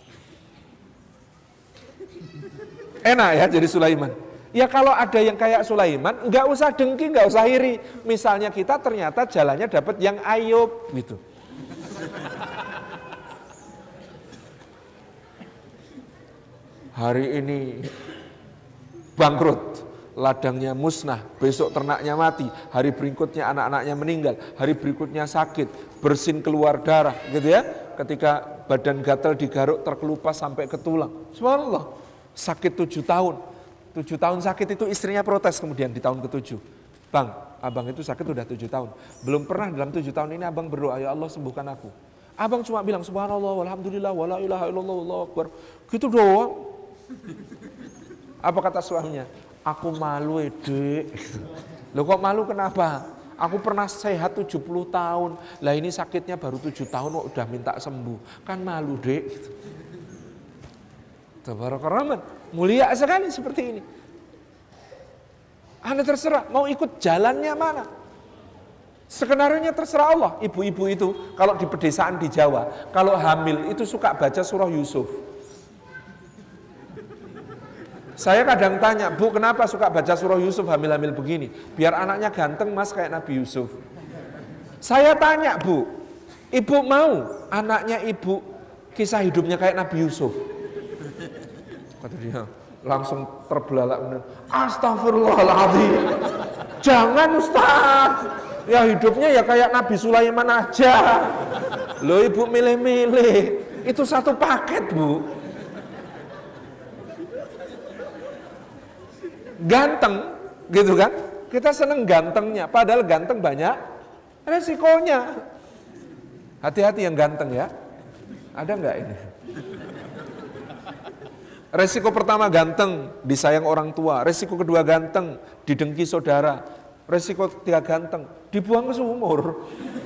Speaker 1: Enak ya jadi Sulaiman. Ya kalau ada yang kayak Sulaiman, nggak usah dengki, nggak usah iri. Misalnya kita ternyata jalannya dapat yang Ayub gitu. Hari ini bangkrut, ladangnya musnah, besok ternaknya mati, hari berikutnya anak-anaknya meninggal, hari berikutnya sakit, bersin keluar darah, gitu ya. Ketika badan gatal digaruk terkelupas sampai ke tulang. Subhanallah, sakit tujuh tahun, tujuh tahun sakit itu istrinya protes kemudian di tahun ketujuh. Bang, abang itu sakit udah tujuh tahun, belum pernah dalam tujuh tahun ini abang berdoa, ya Allah sembuhkan aku. Abang cuma bilang subhanallah, walhamdulillah, wala ilaha illallah, wallahu akbar, gitu doang. Apa kata suaminya? Aku malu dek. Loh kok malu kenapa? Aku pernah sehat tujuh puluh tahun. Lah ini sakitnya baru tujuh tahun kok udah minta sembuh. Kan malu dek. Tabarakallah, mulia sekali seperti ini. Anda terserah mau ikut jalannya mana. Skenarionya terserah Allah. Ibu-ibu itu kalau di pedesaan di Jawa, kalau hamil itu suka baca surah Yusuf. Saya kadang tanya, Bu kenapa suka baca surah Yusuf hamil-hamil begini? Biar anaknya ganteng mas kayak Nabi Yusuf. Saya tanya Bu, ibu mau anaknya ibu kisah hidupnya kayak Nabi Yusuf? Kata dia langsung terbelalak. Astagfirullahaladzim. Jangan Ustaz. Ya hidupnya ya kayak Nabi Sulaiman aja. Loh ibu milih-milih. Itu satu paket Bu. Ganteng, gitu kan? Kita seneng gantengnya, padahal ganteng banyak resikonya. Hati-hati yang ganteng ya. Ada nggak ini? Resiko pertama ganteng, disayang orang tua. Resiko kedua ganteng, didengki saudara. Resiko ketiga ganteng, dibuang ke sumur.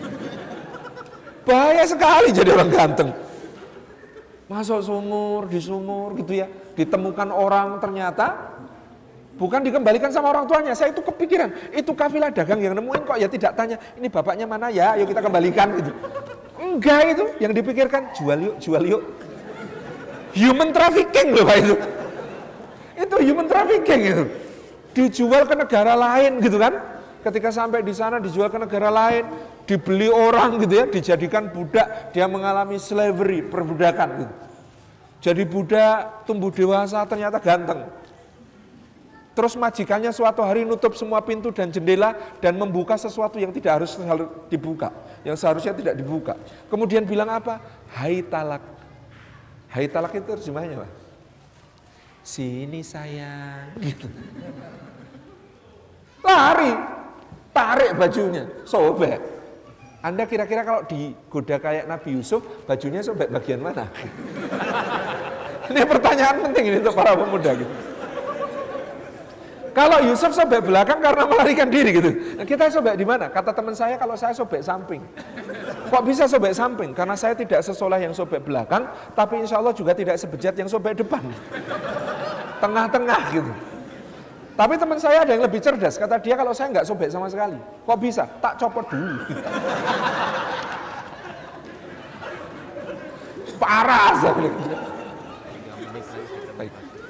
Speaker 1: Bahaya sekali jadi orang ganteng. Masuk sumur, di sumur gitu ya. Ditemukan orang ternyata bukan dikembalikan sama orang tuanya. Saya itu kepikiran, itu kafilah dagang yang nemuin kok ya tidak tanya, ini bapaknya mana ya, yuk kita kembalikan gitu. Enggak itu, yang dipikirkan jual yuk, jual yuk. Human trafficking loh Pak itu. Itu human trafficking itu. Dijual ke negara lain gitu kan. Ketika sampai di sana dijual ke negara lain, dibeli orang gitu ya, dijadikan budak, dia mengalami slavery, perbudakan gitu. Jadi budak, tumbuh dewasa ternyata ganteng. Terus majikannya suatu hari nutup semua pintu dan jendela dan membuka sesuatu yang tidak harus dibuka, yang seharusnya tidak dibuka. Kemudian bilang apa? Hai talak. Hai talak itu terjemahnya apa? Sini sayang. Gitu. Lari, tarik bajunya, sobek. Anda kira-kira kalau digoda kayak Nabi Yusuf, bajunya sobek bagian mana? Ini pertanyaan penting ini untuk para pemuda gitu. Kalau Yusuf sobek belakang karena melarikan diri gitu. Nah, kita sobek di mana? Kata teman saya kalau saya sobek samping. Kok bisa sobek samping? Karena saya tidak sesoleh yang sobek belakang, tapi insya Allah juga tidak sebejat yang sobek depan. Tengah-tengah gitu. Tapi teman saya ada yang lebih cerdas. Kata dia kalau saya nggak sobek sama sekali. Kok bisa? Tak copot dulu. Parah. Baik.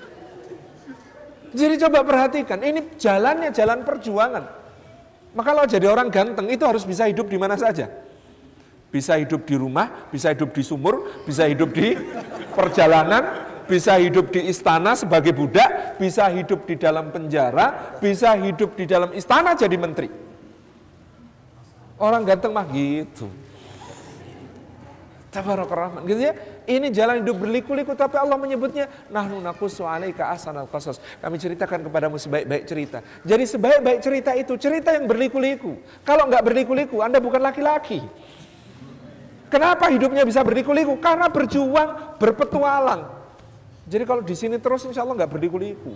Speaker 1: Jadi coba perhatikan, ini jalannya jalan perjuangan. Maka kalau jadi orang ganteng itu harus bisa hidup di mana saja. Bisa hidup di rumah, bisa hidup di sumur, bisa hidup di perjalanan, bisa hidup di istana sebagai budak, bisa hidup di dalam penjara, bisa hidup di dalam istana jadi menteri. Orang ganteng mah gitu. Tabarakar Rahman, gitu ya. Ini jalan hidup berliku-liku, tapi Allah menyebutnya nahnu naqussu 'alaika ahsanal qasas. Kami ceritakan kepadamu sebaik-baik cerita. Jadi sebaik-baik cerita itu cerita yang berliku-liku. Kalau nggak berliku-liku, Anda bukan laki-laki. Kenapa hidupnya bisa berliku-liku? Karena berjuang, berpetualang. Jadi kalau di sini terus, insya Allah nggak berliku-liku.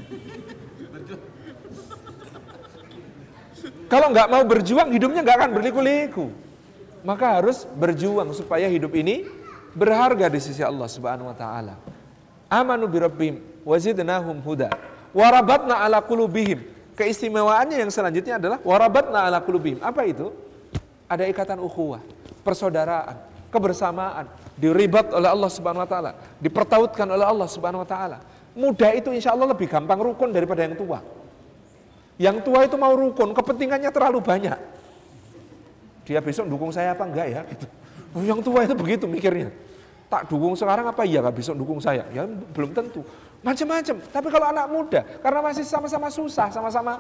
Speaker 1: Kalau nggak mau berjuang, hidupnya nggak akan berliku-liku. Maka harus berjuang supaya hidup ini berharga di sisi Allah Subhanahu wa taala. Amanu bi rabbihim wa zidnahum huda. Warabatna ala qulubihim. Keistimewaannya yang selanjutnya adalah warabatna ala qulubihim. Apa itu? Ada ikatan ukhuwah, persaudaraan, kebersamaan, diribat oleh Allah Subhanahu wa taala, dipertautkan oleh Allah Subhanahu wa taala. Muda itu insya Allah lebih gampang rukun daripada yang tua. Yang tua itu mau rukun, kepentingannya terlalu banyak. Dia besok dukung saya apa enggak ya? Gitu. Oh, yang tua itu begitu mikirnya. Tak dukung sekarang apa iya, gak besok dukung saya? Ya belum tentu. Macam-macam. Tapi kalau anak muda, karena masih sama-sama susah, sama-sama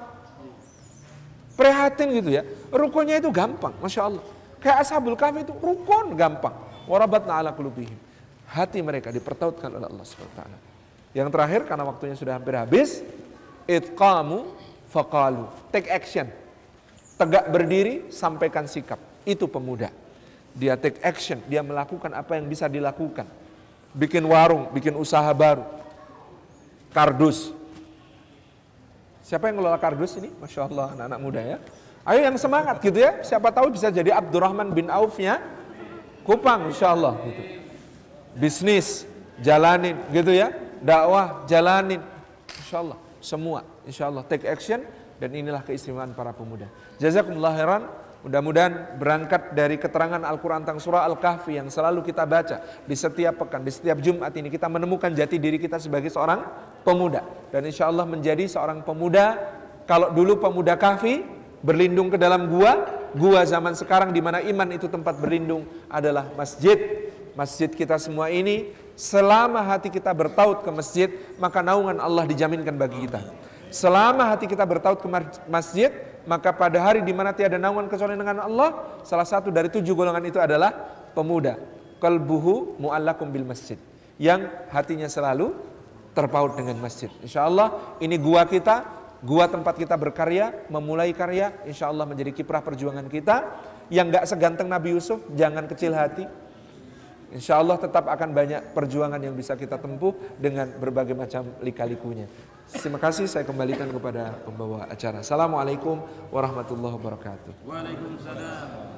Speaker 1: prihatin gitu ya. Rukunnya itu gampang, Masya Allah. Kayak Ashabul Kahfi itu rukun gampang. Warabatna ala qulubihim. Hati mereka dipertautkan oleh Allah subhanahu wa taala. Yang terakhir, karena waktunya sudah hampir habis, itqamu faqalu. Take action. Tegak berdiri, sampaikan sikap. Itu pemuda. Dia take action, dia melakukan apa yang bisa dilakukan. Bikin warung, bikin usaha baru. Kardus. Siapa yang ngelola kardus ini? Masya Allah, anak-anak muda ya. Ayo yang semangat gitu ya. Siapa tahu bisa jadi Abdurrahman bin Aufnya Kupang, insya Allah. Gitu. Bisnis, jalanin gitu ya. Dakwah, jalanin. Insya Allah, semua. Insya Allah, take action. Dan inilah keistimewaan para pemuda. Jazakumullah khairan. Mudah-mudahan berangkat dari keterangan Al-Quran tentang surah Al-Kahfi yang selalu kita baca di setiap pekan, di setiap Jumat ini, kita menemukan jati diri kita sebagai seorang pemuda. Dan insya Allah menjadi seorang pemuda. Kalau dulu pemuda Kahfi berlindung ke dalam gua, gua zaman sekarang di mana iman itu tempat berlindung adalah masjid. Masjid kita semua ini, selama hati kita bertaut ke masjid, maka naungan Allah dijaminkan bagi kita. Selama hati kita bertaut ke masjid, maka pada hari di mana tiada naungan kecuali dengan Allah, salah satu dari tujuh golongan itu adalah pemuda. Qalbuhu mu'allakum bil masjid, yang hatinya selalu terpaut dengan masjid. Insya Allah ini gua kita, gua tempat kita berkarya, memulai karya. Insya Allah menjadi kiprah perjuangan kita. Yang gak seganteng Nabi Yusuf, jangan kecil hati. Insya Allah tetap akan banyak perjuangan yang bisa kita tempuh dengan berbagai macam lika-likunya. Terima kasih, saya kembalikan kepada pembawa acara. Assalamualaikum warahmatullahi wabarakatuh.
Speaker 2: Waalaikumsalam.